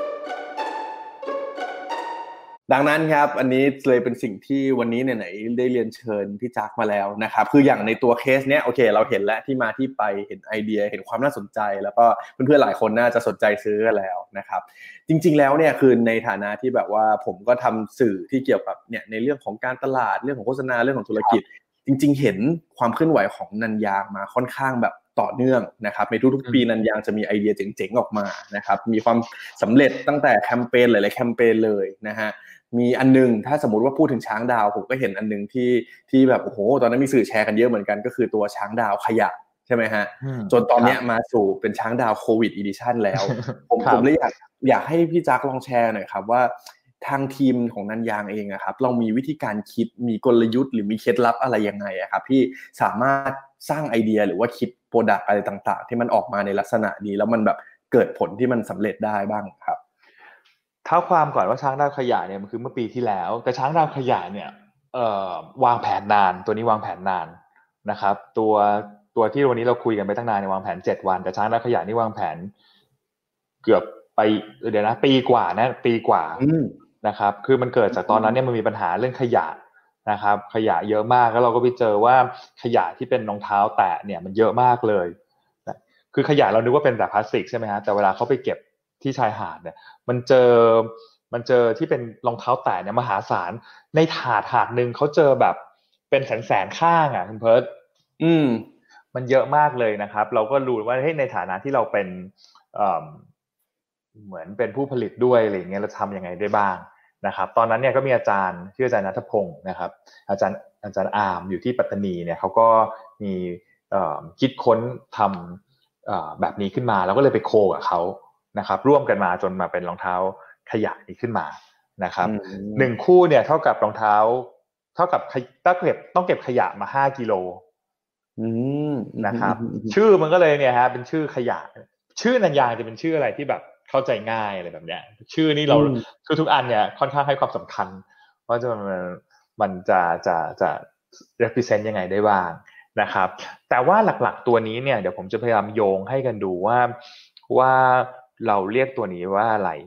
S1: ดังนั้นครับอันนี้เลยเป็นสิ่งที่วันนี้ไหนๆได้เรียนเชิญพี่จักมาแล้วนะครับคืออย่างในตัวเคสเนี้ยโอเคเราเห็นแล้วที่มาที่ไปเห็นไอเดียเห็นความน่าสนใจแล้วก็เพื่อนๆหลายคนน่าจะสนใจซื้อกันแล้วนะครับจริงๆแล้วเนี่ยคือในฐานะที่แบบว่าผมก็ทำสื่อที่เกี่ยวกับเนี่ยในเรื่องของการตลาดเรื่องของโฆษณาเรื่องของธุรกิจจริงๆเห็นความเคลื่อนไหวของนันยางมาค่อนข้างแบบต่อเนื่องนะครับในทุกๆปีนันยางจะมีไอเดียเจ๋งๆออกมานะครับมีความสำเร็จตั้งแต่แคมเปญหลายๆแคมเปญเลยนะฮะมีอันนึงถ้าสมมติว่าพูดถึงช้างดาวผมก็เห็นอันนึงที่ที่แบบโอ้โหตอนนั้นมีสื่อแชร์กันเยอะเหมือนกันก็คือตัวช้างดาวขยะใช่ไหมฮะจนตอนนี้มาสู่เป็นช้างดาวโควิดอีดิชั่นแล้วผมผมเลยอยากอยากให้พี่จักลองแชร์หน่อยครับว่าทางทีมของนันยางเองอะครับเรามีวิธีการคิดมีกลยุทธ์หรือมีเคล็ดลับอะไรยังไงอะครับที่สามารถสร้างไอเดียหรือว่าคิดโปรดักต์อะไรต่างๆที่มันออกมาในลักษณะนี้แล้วมันแบบเกิดผลที่มันสำเร็จได้บ้างครับ
S2: เท้าความก่อนว่าช้างดาวขยะเนี่ยมันคือเมื่อปีที่แล้วแต่ช้างดาวขยะเนี่ยเอ่อวางแผนนานตัวนี้วางแผนนานนะครับตัวตัวที่วันนี้เราคุยกันไปตั้งนานในวางแผนเจ็ดวันแต่ช้างดาวขยะนี่วางแผนเกือบไปเดี๋ยวนะปีกว่านะปีกว่านะครับคือมันเกิดจากตอนนั้นเนี่ยมันมีปัญหาเรื่องขยะนะครับขยะเยอะมากแล้วเราก็ไปเจอว่าขยะที่เป็นรองเท้าแตะเนี่ยมันเยอะมากเลยคือขยะเรานึกว่าเป็นแต่พลาสติกใช่ไหมฮะแต่เวลาเขาไปเก็บที่ชายหาดเนี่ยมันเจอมันเจอที่เป็นรองเท้าแตะเนี่ยมหาศาลในถาดถาดนึงเขาเจอแบบเป็นแสนแสนข้างอ่ะคุณเพิร์ท
S1: อืม
S2: มันเยอะมากเลยนะครับเราก็รู้ว่าให้ในฐานะที่เราเป็นเอ่อเหมือนเป็นผู้ผลิตด้วยอะไรอย่างเงี้ยเราทำยังไงได้บ้างนะครับตอนนั้นเนี่ยก็มีอาจารย์ชื่ออาจารย์ณัฐพงศ์นะครับอาจารย์อาจารย์อาร์มอยู่ที่ปัตตานีเนี่ยเขาก็มีคิดค้นทำแบบนี้ขึ้นมาแล้วก็เลยไปโคกับเขานะครับร่วมกันมาจนมาเป็นรองเท้าขยะนี้ขึ้นมานะครับหนึ่งคู่เนี่ยเท่ากับรองเท้าเท่ากับต้องเก็บต้องเก็บขยะมาห้ากิโลนะครับชื่อมันก็เลยเนี่ยฮะเป็นชื่อขยะชื่อนันยางจะเป็นชื่ออะไรที่แบบเข้าใจง่ายอะไรแบบเนี้ยชื่อนี่เราคือทุกอันเนี่ยค่อนข้างให้ความสำคัญว่าจะมันมันจะจะจะ represent ยังไงได้บ้างนะครับแต่ว่าหลักๆตัวนี้เนี่ยเดี๋ยวผมจะพยายามโยงให้กันดูว่าว่าเราเรียกตัวนี้ว่าอะไร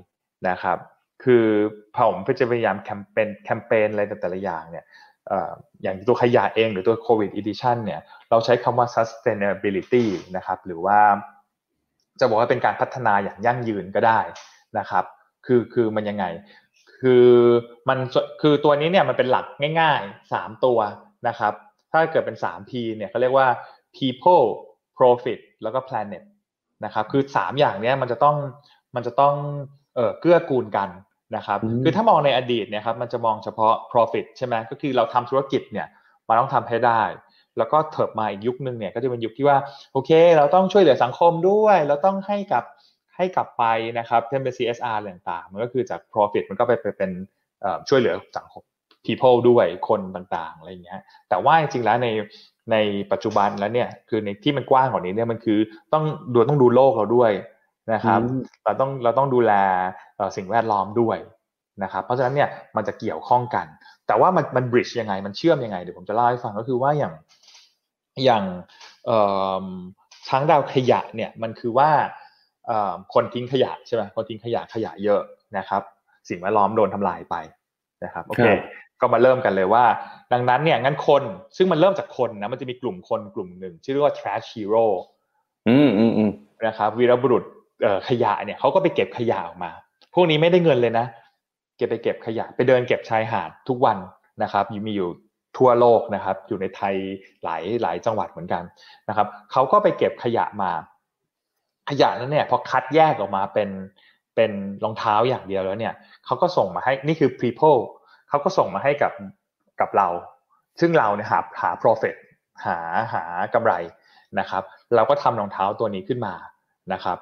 S2: นะครับคือผมจะพยายามแคมเปญแคมเปญอะไรแต่ละอย่างเนี่ยเอ่ออย่างตัวขยะเองหรือตัว COVID Edition เนี่ยเราใช้คำว่า sustainability นะครับหรือว่าจะบอกว่าเป็นการพัฒนาอย่างยั่งยืนก็ได้นะครับคือคือมันยังไงคือมันคือตัวนี้เนี่ยมันเป็นหลักง่ายๆสามตัวนะครับถ้าเกิดเป็น ทรี พี เนี่ยเขาเรียกว่า people profit แล้วก็ planet นะครับคือสามอย่างเนี้ยมันจะต้องมันจะต้องเอ่อเกื้อกูลกันนะครับคือถ้ามองในอดีตเนี่ยครับมันจะมองเฉพาะ profit ใช่ไหมก็คือเราทำธุรกิจเนี่ยมันต้องทำให้ได้แล้วก็เถิบมาอีกยุคนึงเนี่ยก็จะเป็นยุคที่ว่าโอเคเราต้องช่วยเหลือสังคมด้วยเราต้องให้กับให้กลับไปนะครับเช่นเป็น ซี เอส อาร์ ต่างๆมันก็คือจาก profit มันก็ไปเป็นช่วยเหลือสังคม people ด้วยคนต่างๆอะไรอย่างเงี้ยแต่ว่าจริงๆแล้วในในปัจจุบันแล้วเนี่ยคือในที่มันกว้างกว่านี้เนี่ยมันคือต้องดูต้องดูโลกเราด้วยนะครับเราต้องเราต้องดูแลสิ่งแวดล้อมด้วยนะครับเพราะฉะนั้นเนี่ยมันจะเกี่ยวข้องกันแต่ว่ามันมันบริดจ์ยังไงมันเชื่อมยังไงเดี๋ยวผมจะเล่าให้ฟังก็คือว่าอย่างอย่างช้างดาวขยะเนี่ยมันคือว่าคนทิ้งขยะใช่ไหมคนทิ้งขยะขยะเยอะนะครับสิ่งแวดล้อมโดนทำลายไปนะครับโอเคก็มาเริ่มกันเลยว่าดังนั้นเนี่ยงั้นคนซึ่งมันเริ่มจากคนนะมันจะมีกลุ่มคนกลุ่มหนึ่งชื่อว่า trash hero
S1: อืมอืมอืม
S2: นะครับวีรบุรุษขยะเนี่ยเขาก็ไปเก็บขยะออกมาพวกนี้ไม่ได้เงินเลยนะเก็บไปเก็บขยะไปเดินเก็บชายหาดทุกวันนะครับมีอยู่ทั่วโลกนะครับอยู่ในไทยหลายหลายจังหวัดเหมือนกันนะครับเขาก็ไปเก็บขยะมาขยะนั้นเนี่ยพอคัดแยกออกมาเป็นเป็นรองเท้าอย่างเดียวแล้วเนี่ยเขาก็ส่งมาให้นี่คือ people เขาก็ส่งมาให้กับกับเราซึ่งเราเนี่ยหาหา profit หาหากำไรนะครับเราก็ทำรองเท้าตัวนี้ขึ้นมานะครับ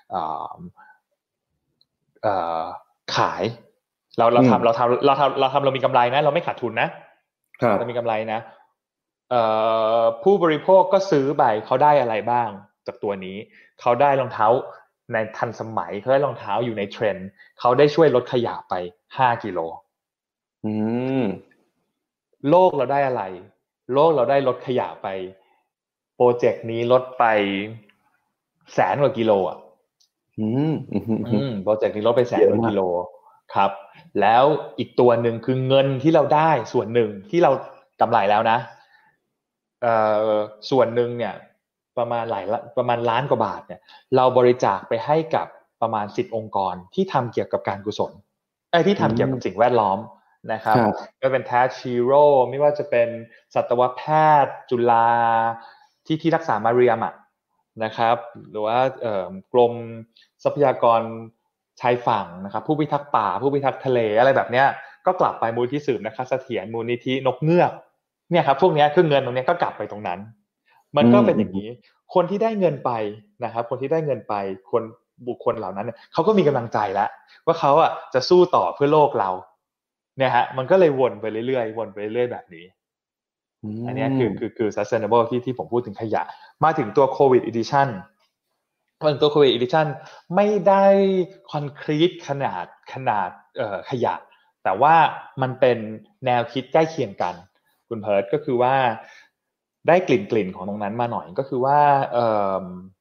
S2: ขายเราเราทำเราทำเราทำเราทำเรามีกำไรนะเราไม่ขาดทุนนะเรามีกำไรนะผู้บริโภคก็ซื้อไปเขาได้อะไรบ้างจากตัวนี้เขาได้รองเท้าในทันสมัยเขาได้รองเท้าอยู่ในเทรนด์เขาได้ช่วยลดขยะไปห้ากิโล
S1: อืม
S2: โลกเราได้อะไรโลกเราได้ลดขยะไปโปรเจกต์นี้ลดไปแสนกว่ากิโลอ่ะ
S1: อืม
S2: อืมโปรเจกต์นี้ลดไปแสนกว่ากิโลครับแล้วอีกตัวหนึ่งคือเงินที่เราได้ส่วนหนึ่งที่เรากำไรแล้วนะเอ่อส่วนหนึ่งเนี่ยประมาณหลายประมาณล้านกว่าบาทเนี่ยเราบริจาคไปให้กับประมาณสิบองค์กรที่ทำเกี่ยวกับการกุศลไอ้ที่ทำเกี่ยวกับสิ่งแวดล้อมนะครับไม่เป็นแทชชีโร่ไม่ว่าจะเป็นสัตวแพทย์จุฬาที่ที่รักษามาเรียมอ่ะนะครับหรือว่ากรมทรัพยากรชายฝั่งนะครับผู้พิทักษ์ป่าผู้พิทักษ์ทะเลอะไรแบบเนี้ยก็กลับไปมูลนิธิสืบนะครับเสถียรมูลนิธินกเงือกเนี่ยครับพวกนี้คือเงินตรงนี้ก็กลับไปตรงนั้นมันก็เป็นอย่างนี้คนที่ได้เงินไปนะครับคนที่ได้เงินไปคนบุคคลเหล่านั้นเขาก็มีกำลังใจแล้วว่าเขาอ่ะจะสู้ต่อเพื่อโลกเราเนี่ยฮะมันก็เลยวนไปเรื่อยๆวนไปเรื่อยๆแบบนี้อันนี้คือคือคือ sustainable ที่ที่ผมพูดถึงขยะมาถึงตัว COVID edition ตัว COVID edition ไม่ได้คอนครีตขนาดขนาดเอ่อขยะแต่ว่ามันเป็นแนวคิดใกล้เคียงกันคุณเพิร์ทก็คือว่าได้กลิ่นกลิ่นของตรงนั้นมาหน่อยก็คือว่าเอ่อ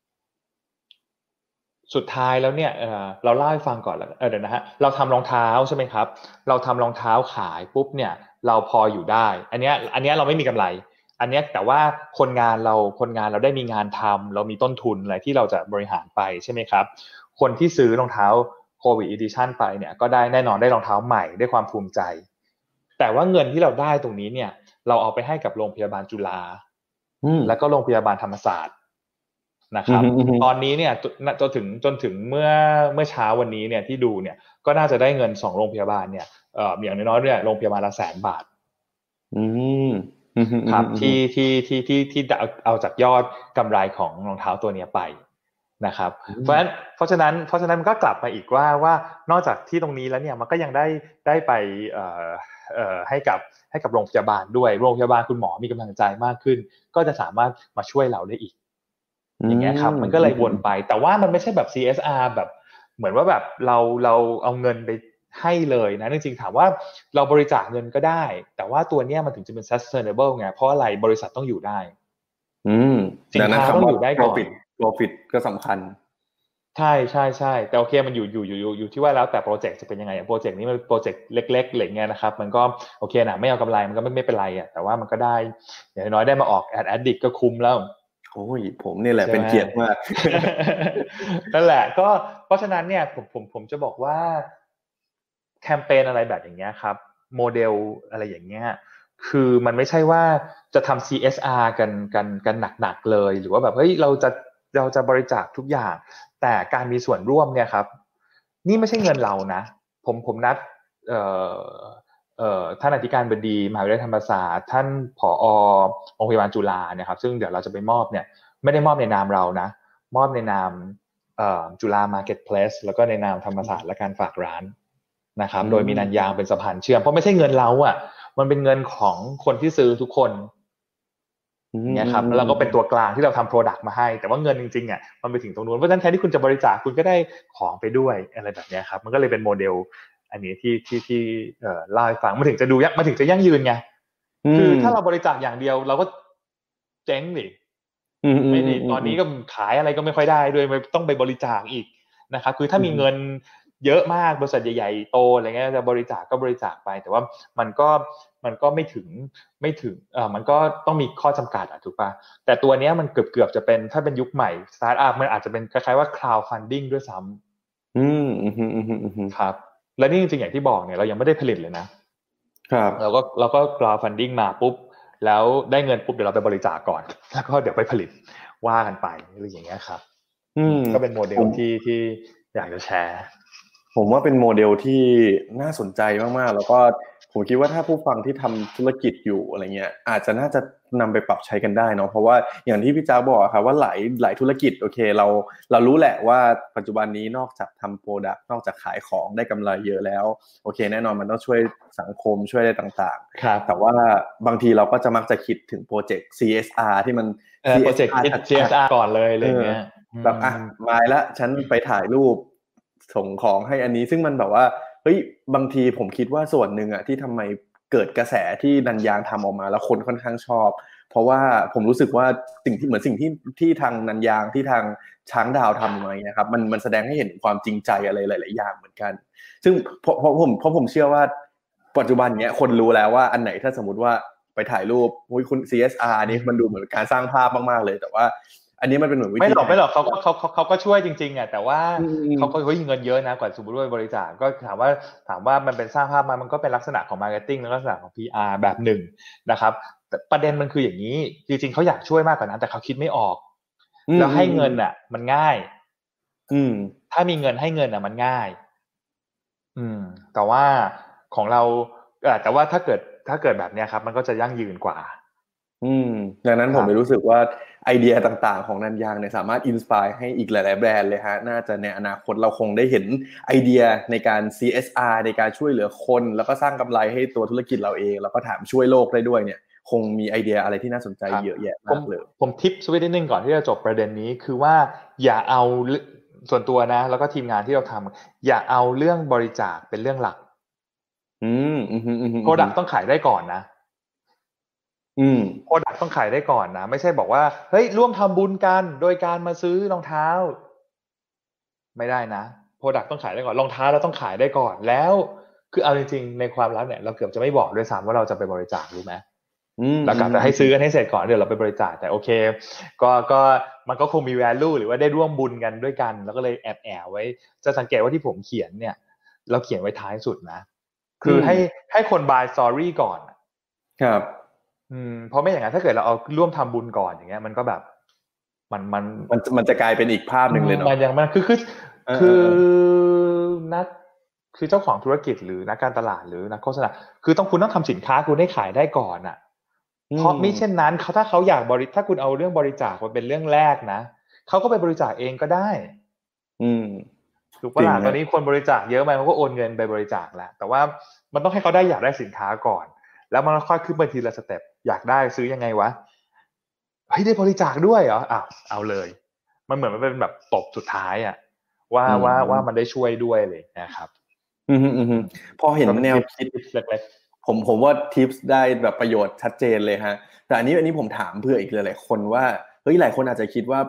S2: สุดท้ายแล้วเนี่ย เ, เราเล่าให้ฟังก่อนแล้วเดี๋ยวนะฮะเราทำรองเท้าใช่ไหมครับเราทำรองเท้าขายปุ๊บเนี่ยเราพออยู่ได้อันนี้อันนี้เราไม่มีกำไรอันนี้แต่ว่าคนงานเราคนงานเราได้มีงานทำเรามีต้นทุนอะไรที่เราจะบริหารไปใช่ไหมครับคนที่ซื้อรองเท้า COVID Edition ไปเนี่ยก็ได้แน่นอนได้รองเท้าใหม่ได้ความภูมิใจแต่ว่าเงินที่เราได้ตรงนี้เนี่ยเราเอาไปให้กับโรงพยาบาลจุฬาแล้วก็โรงพยาบาลธรรมศาสตร์นะครับตอนนี้เนี่ยจนถึงจนถึงเมื่อเมื่อเช้าวันนี้เนี่ยที่ดูเนี่ยก็น่าจะได้เงินสองโรงพยาบาลเนี่ยเอ่ออย่างน้อยๆเนี่ยโรงพยาบาลละแสนบาท
S1: อืม
S2: ครับที่ที่ที่ที่ที่เอาจากยอดกำไรของรองเท้าตัวนี้ไปนะครับเพราะฉะนั้นเพราะฉะนั้นเพราะฉะนั้นมันก็กลับมาอีกว่าว่านอกจากที่ตรงนี้แล้วเนี่ยมันก็ยังได้ได้ไปเอ่อเอ่อให้กับให้กับโรงพยาบาลด้วยโรงพยาบาลคุณหมอมีกำลังใจมากขึ้นก็จะสามารถมาช่วยเราได้อีกอย่างเงี้ยครับมันก็เลยวนไปแต่ว่ามันไม่ใช่แบบ ซี เอส อาร์ แบบเหมือนว่าแบบเราเราเอาเงินไปให้เลยนะจริงๆถามว่าเราบริจาคเงินก็ได้แต่ว่าตัวเนี้ยมันถึงจะเป็น sustainable ไงเพราะอะไรบริษัทต้องอยู่ได้
S1: อืม
S2: สินค้าต้องอยู่ได้ก่อน
S1: profit profit ก็สำคัญ
S2: ใช่ใช่ใช่แต่โอเคมันอยู่อยู่อยู่อยู่อยู่ที่ว่าแล้วแต่โปรเจกต์จะเป็นยังไงโปรเจกต์นี้มันโปรเจกต์เล็กๆอะไรเงี้ยนะครับมันก็โอเคนะไม่เอากำไรมันก็ไม่ไม่เป็นไรอ่ะแต่ว่ามันก็ได้อย่างน้อยได้มาออกแอดแอดดิกก็คุ้มแล้ว
S1: โอ้ยผมนี่แหละ
S2: ใช่ไหม
S1: เป็นเกียรติมาก
S2: นั่นแหละก็เพราะฉะนั้นเนี่ยผมผมผมจะบอกว่าแคมเปญอะไรแบบอย่างเงี้ยครับโมเดลอะไรอย่างเงี้ยคือมันไม่ใช่ว่าจะทำ ซี เอส อาร์ กันกันกันหนักๆเลยหรือว่าแบบเฮ้ยเราจะเราจะบริจาคทุกอย่างแต่การมีส่วนร่วมเนี่ยครับนี่ไม่ใช่เงินเรานะผมผมนัดเอ่อเอ่อท่านอธิการบดีมหาวิทยาลัยธรรมศาสตร์ท่านผอโรงพยาบาลจุฬาเนี่ยครับซึ่งเดี๋ยวเราจะไปมอบเนี่ยไม่ได้มอบในนามเรานะมอบในนามจุฬามาร์เก็ตเพลสแล้วก็ในนามธรรมศาสตร์และการฝากร้านนะครับโดยมีนันยางเป็นสะพานเชื่อมเพราะไม่ใช่เงินเราอ่ะมันเป็นเงินของคนที่ซื้อทุกคนเนี่ยครับแล้วเราก็เป็นตัวกลางที่เราทำโปรดักต์มาให้แต่ว่าเงินจริงๆอ่ะมันไปถึงตรงนู้นเพราะฉะนั้นแทนที่คุณจะบริจาคคุณก็ได้ของไปด้วยอะไรแบบนี้ครับมันก็เลยเป็นโมเดลอันนี้ที่ที่ที่เอ่อเล่าให้ฟังมาถึงจะดูยักมาถึงจะยั่งยืนไงคือถ้าเราบริจาคอย่างเดียวเราก็เจ๊งดิไม่ดิตอนนี้ก็ขายอะไรก็ไม่ค่อยได้ด้วยต้องไปบริจาคอีกนะครับคือถ้ามีเงินเยอะมากบริษัทใหญ่ๆโตอะไรเงี้ยจะบริจาคก็บริจาคไปแต่ว่ามันก็มันก็ไม่ถึงไม่ถึงเอ่อมันก็ต้องมีข้อจำกัดอ่ะถูกป่ะแต่ตัวเนี้ยมันเกือบๆจะเป็นถ้าเป็นยุคใหม่สตาร์ทอัพมันอาจจะเป็นคล้ายๆว่า crowd funding ด้วยซ้
S1: ำอืมอืมอืมอืม
S2: ครับและนี่จริงๆอย่างที่บอกเนี่ยเรายังไม่ได้ผลิตเลยนะครับเราก็เราก็ crowd funding มาปุ๊บแล้วได้เงินปุ๊บเดี๋ยวเราไปบริจาคก่อนแล้วก็เดี๋ยวไปผลิตว่ากันไปอะไรอย่างเงี้ยครับ
S1: อืม
S2: ก็เป็นโมเดลที่ที่อยากจะแชร์
S1: ผมว่าเป็นโมเดลที่น่าสนใจมากๆแล้วก็ผมคิดว่าถ้าผู้ฟังที่ทำธุรกิจอยู่อะไรเงี้ยอาจจะน่าจะนำไปปรับใช้กันได้เนาะเพราะว่าอย่างที่พี่จ้าบอกครับว่าหลายหลายธุรกิจโอเคเราเรารู้แหละว่าปัจจุบันนี้นอกจากทำโปรดักต์นอกจากขายของได้กำไรเยอะแล้วโอเคแน่นอนมันต้องช่วยสังคมช่วยอะไรต่างๆแต่ว่าบางทีเราก็จะมักจะคิดถึงโปรเจกต์ ซี เอส อาร์ ที่มัน
S2: โปรเจกต์ ซี เอส อาร์ ก่อนเลยอะไรเงี้ย
S1: แบบอ่ะมาแล้วฉันไปถ่ายรูปส่งของให้อันนี้ซึ่งมันแบบว่าเฮ้ยบางทีผมคิดว่าส่วนหนึ่งอะที่ทำไมเกิดกระแสที่นันยางทำออกมาแล้วคนค่อนข้างชอบเพราะว่าผมรู้สึกว่าสิ่งที่เหมือนสิ่งที่ที่ทางนันยางที่ทางช้างดาวทำมาเนี่ยครับมันมันแสดงให้เห็นความจริงใจอะไรหลายๆอย่างเหมือนกันซึ่งเพราะเพราะผมเพราะผมเชื่อว่าปัจจุบันเนี้ยคนรู้แล้วว่าอันไหนถ้าสมมติว่าไปถ่ายรูปอุ้ยคุณ ซี เอส อาร์ นี่มันดูเหมือนการสร้างภาพมากๆเลยแต่ว่าอันนี้มันเป็นเหมือนวิธี
S2: ไม่หรอกไม่หรอกเขาก็เขาเขาเขาก็ช่วยจริงๆอ่ะแต่ว่าเขาก็เฮ้ยเงินเยอะนะกว่าสมมติว่าบริจาคก็ถามว่าถามว่ามันเป็นสร้างภาพมามันก็เป็นลักษณะของมาร์เก็ตติ้งและลักษณะของ พี อาร์ แบบหนึ่งนะครับแต่ประเด็นมันคืออย่างนี้จริงๆเขาอยากช่วยมากกว่านั้นแต่เขาคิดไม่ออกแล้วให้เงินอ่ะมันง่าย
S1: อืม
S2: ถ้ามีเงินให้เงินอ่ะมันง่ายอืมแต่ว่าของเราแต่ว่าถ้าเกิดถ้าเกิดแบบเนี้ยครับมันก็จะยั่งยืนกว่า
S1: อืมดังนั้นผมเลยรู้สึกว่าไอเดียต่างๆของนันยางเนี่ยสามารถอินสปายให้อีกหลายๆแบรนด์เลยฮะน่าจะในอนาคตเราคงได้เห็นไอเดียในการ ซี เอส อาร์ ในการช่วยเหลือคนแล้วก็สร้างกำไรให้ตัวธุรกิจเราเองแล้วก็ถามช่วยโลกได้ด้วยเนี่ยคงมีไอเดียอะไรที่น่าสนใจเยอะแยะมากเลย
S2: ผมทิปสวิตนิดนึงก่อนที่จะจบประเด็นนี้คือว่าอย่าเอาส่วนตัวนะแล้วก็ทีมงานที่เราทำอย่าเอาเรื่องบริจาคเป็นเรื่องหลัก
S1: อืมอืมอืมอืม
S2: โปรดักต์ต้องขายได้ก่อนนะ
S1: อืม
S2: โปรดักต์ต้องขายได้ก่อนนะไม่ใช่บอกว่าเฮ้ยร่วมทำบุญกันโดยการมาซื้อรองเท้าไม่ได้นะโปรดักต์ต้องขายได้ก่อนรองเท้าเราต้องขายได้ก่อนแล้วคือเอาจริงๆในความลับเนี่ยเราเกือบจะไม่บอกด้วยซ้ำว่าเราจะไปบริจาครู้ไหมเรากะจะให้ซื้อกันให้เสร็จก่อนเดี๋ยวเราไปบริจาคแต่โอเคก็ก็มันก็คงมี value หรือว่าได้ร่วมบุญกันด้วยกันแล้วก็เลยแอบแอบไว้จะสังเกตว่าที่ผมเขียนเนี่ยเราเขียนไว้ท้ายสุดนะคือให้ให้คน buy story ก่อน
S1: ครับ
S2: อืมเพราะไม่อย่างนั้นถ้าเกิดเราเอาร่วมทำบุญก่อนอย่างเงี้ยมันก็แบบมันมัน
S1: มันมันจะกลายเป็นอีกภาพหนึ่งเลยเนาะ
S2: มันยังมันคือคือคือนักคือเจ้าของธุรกิจหรือนักการตลาดหรือนักโฆษณาคือต้องคุณต้องทำสินค้าคุณให้ขายได้ก่อนอ่ะเพราะมิเช่นนั้นเขาถ้าเขาอยากบริถ้าคุณเอาเรื่องบริจาคมาเป็นเรื่องแรกนะเขาก็ไปบริจาคเองก็ได้
S1: อืม
S2: ถูกปะล่ะตอนนี้คนบริจาคเยอะไหมเขาก็โอนเงินไปบริจาคแล้วแต่ว่ามันต้องให้เขาได้อยากได้สินค้าก่อนแล้วมันค่อยขึ้นไปทีละสเต็ปอยากได้ซื้อยังไงวะเฮ้ยได้บริจาคด้วยเหรออ้าวเอาเลยมันเหมือนมันเป็นแบบตบสุดท้ายอ่ะว่าว่าว่ามันได้ช่วยด้วยเลยนะครับ
S1: อืมอืมพอเห็นแนวคิด
S2: เล็ก
S1: ๆผมผมว่าทิปส์ได้แบบประโยชน์ชัดเจนเลยฮะแต่อันนี้อันนี้ผมถามเพื่ออีกหลายๆคนว่าเฮ้ยหลายคนอาจจะคิดว่า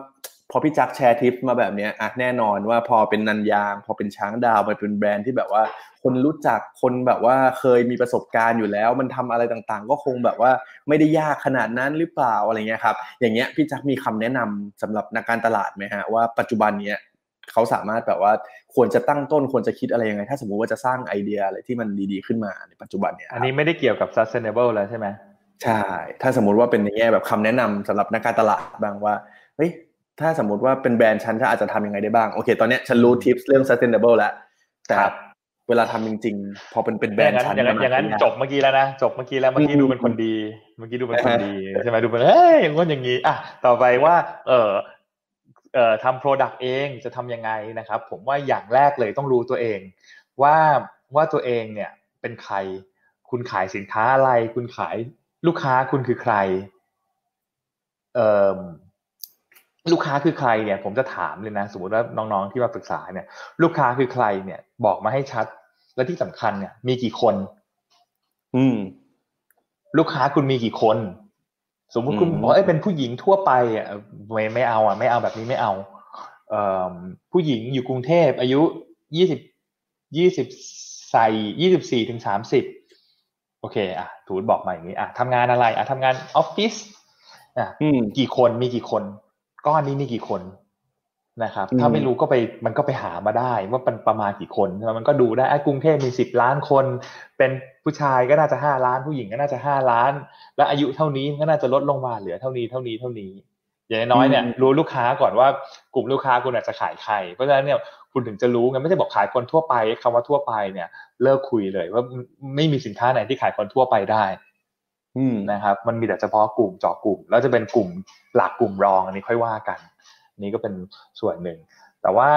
S1: พอพี่จักแชร์ทิปมาแบบเนี้ยอ่ะแน่นอนว่าพอเป็นนันยางพอเป็นช้างดาวมันเป็นแบรนด์ที่แบบว่าคนรู้จักคนแบบว่าเคยมีประสบการณ์อยู่แล้วมันทำอะไรต่างๆก็คงแบบว่าไม่ได้ยากขนาดนั้นหรือเปล่าอะไรเงี้ยครับอย่างเงี้ยพี่จักมีคำแนะนำสำหรับนักการตลาดไหมฮะว่าปัจจุบันเนี้ยเขาสามารถแบบว่าควรจะตั้งต้นควรจะคิดอะไรยังไงถ้าสมมุติว่าจะสร้างไอเดียอะไรที่มันดีๆขึ้นมาในปัจจุบันเนี้ย
S2: อัน
S1: ครับ
S2: นี้ไม่ได้เกี่ยวกับ sustainable แล้วใช่ไหม
S1: ใช่ถ้าสมมุติว่าเป็นในแง่แบบคำแนะนำสำหรับนักการตลาดบ้างว่าเฮ้ยถ้าสมมติว่าเป็นแบรนด์ฉันจะอาจจะทำยังไงได้บ้างโอเคตอนเนี้ยฉันรู้ทิปเรื่อง sustainable แล้วแต่
S2: ครับ
S1: เวลาทำจริงๆพอเป็นเป็นแบร
S2: อย่างนั้น
S1: นด์ฉัน
S2: อย่างนั้นอย่างนั้น
S1: มันอาจจะยาก
S2: จบเมื่อกี้แล้วนะจบเมื่อกี้แล้ว
S1: อื
S2: เมื่อกี้ดูเป็นคน
S1: ม
S2: ดีเมื่อกี้ดูเป็น
S1: นะฮะ
S2: คนดีใช่ไหมดูเป็นเฮ้ยอย่างงี้อย่างนี้อ่ะต่อไปว่าเออเอ่อทำ product เองจะทำยังไงนะครับผมว่าอย่างแรกเลยต้องรู้ตัวเองว่าว่าตัวเองเนี่ยเป็นใครคุณขายสินค้าอะไรคุณขายลูกค้าคุณคือใครเอ่อลูกค้าคือใครเนี่ยผมจะถามเลยนะสมมติว่าน้องๆที่มาปรึกษาเนี่ยลูกค้าคือใครเนี่ยบอกมาให้ชัดและที่สำคัญเนี่ยมีกี่คน
S1: อืม
S2: ลูกค้าคุณมีกี่คนสมมุ
S1: อื
S2: ติคุณบอกว่าเอ้ย
S1: ม
S2: เป็นผู้หญิงทั่วไปอ่ะไม่ไม่เอาอ่ะไม่เอาแบบนี้ไม่เอาเอ่อผู้หญิงอยู่กรุงเทพอายุยี่สิบยี่สิบใส่ยี่สิบสี่ถึงสามสิบโอเคอ่ะถูกบอกมาอย่างนี้อ่ะทำงานอะไรอ่ะทำงานออฟฟิศอ่ะ
S1: อืม
S2: กี่คนมีกี่คนก้อนนี้มีกี่คนนะครับ
S1: อื
S2: ถ้าไม่รู้
S1: ม
S2: ก็ไปมันก็ไปหามาได้ว่าเป็นประมาณกี่คนมันก็ดูได้ไอ้กรุงเทพมีสิบล้านคนเป็นผู้ชายก็น่าจะห้าล้านผู้หญิงก็น่าจะห้าล้านและอายุเท่านี้มันก็น่าจะลดลงมาเหลือเท่านี้เท่านี้เท่านี้อย่างน้อยเนี่ย
S1: อืม
S2: รู้ลูกค้าก่อนว่ากลุ่มลูกค้าคุณอาจจะขายใครเพราะฉะนั้นเนี่ยคุณถึงจะรู้ไงไม่ใช่บอกขายคนทั่วไปคำว่าทั่วไปเนี่ยเลิกคุยเลยว่าไม่มีสินค้าไหนที่ขายคนทั่วไปได้
S1: อืม
S2: นะครับมันมีแต่เฉพาะกลุ่มเจาะกลุ่มแล้วจะเป็นกลุ่มหลักกลุ่มรองอันนี้ค่อยว่ากันนี่ก็เป็นส่วนหนึ่งแต่ว่า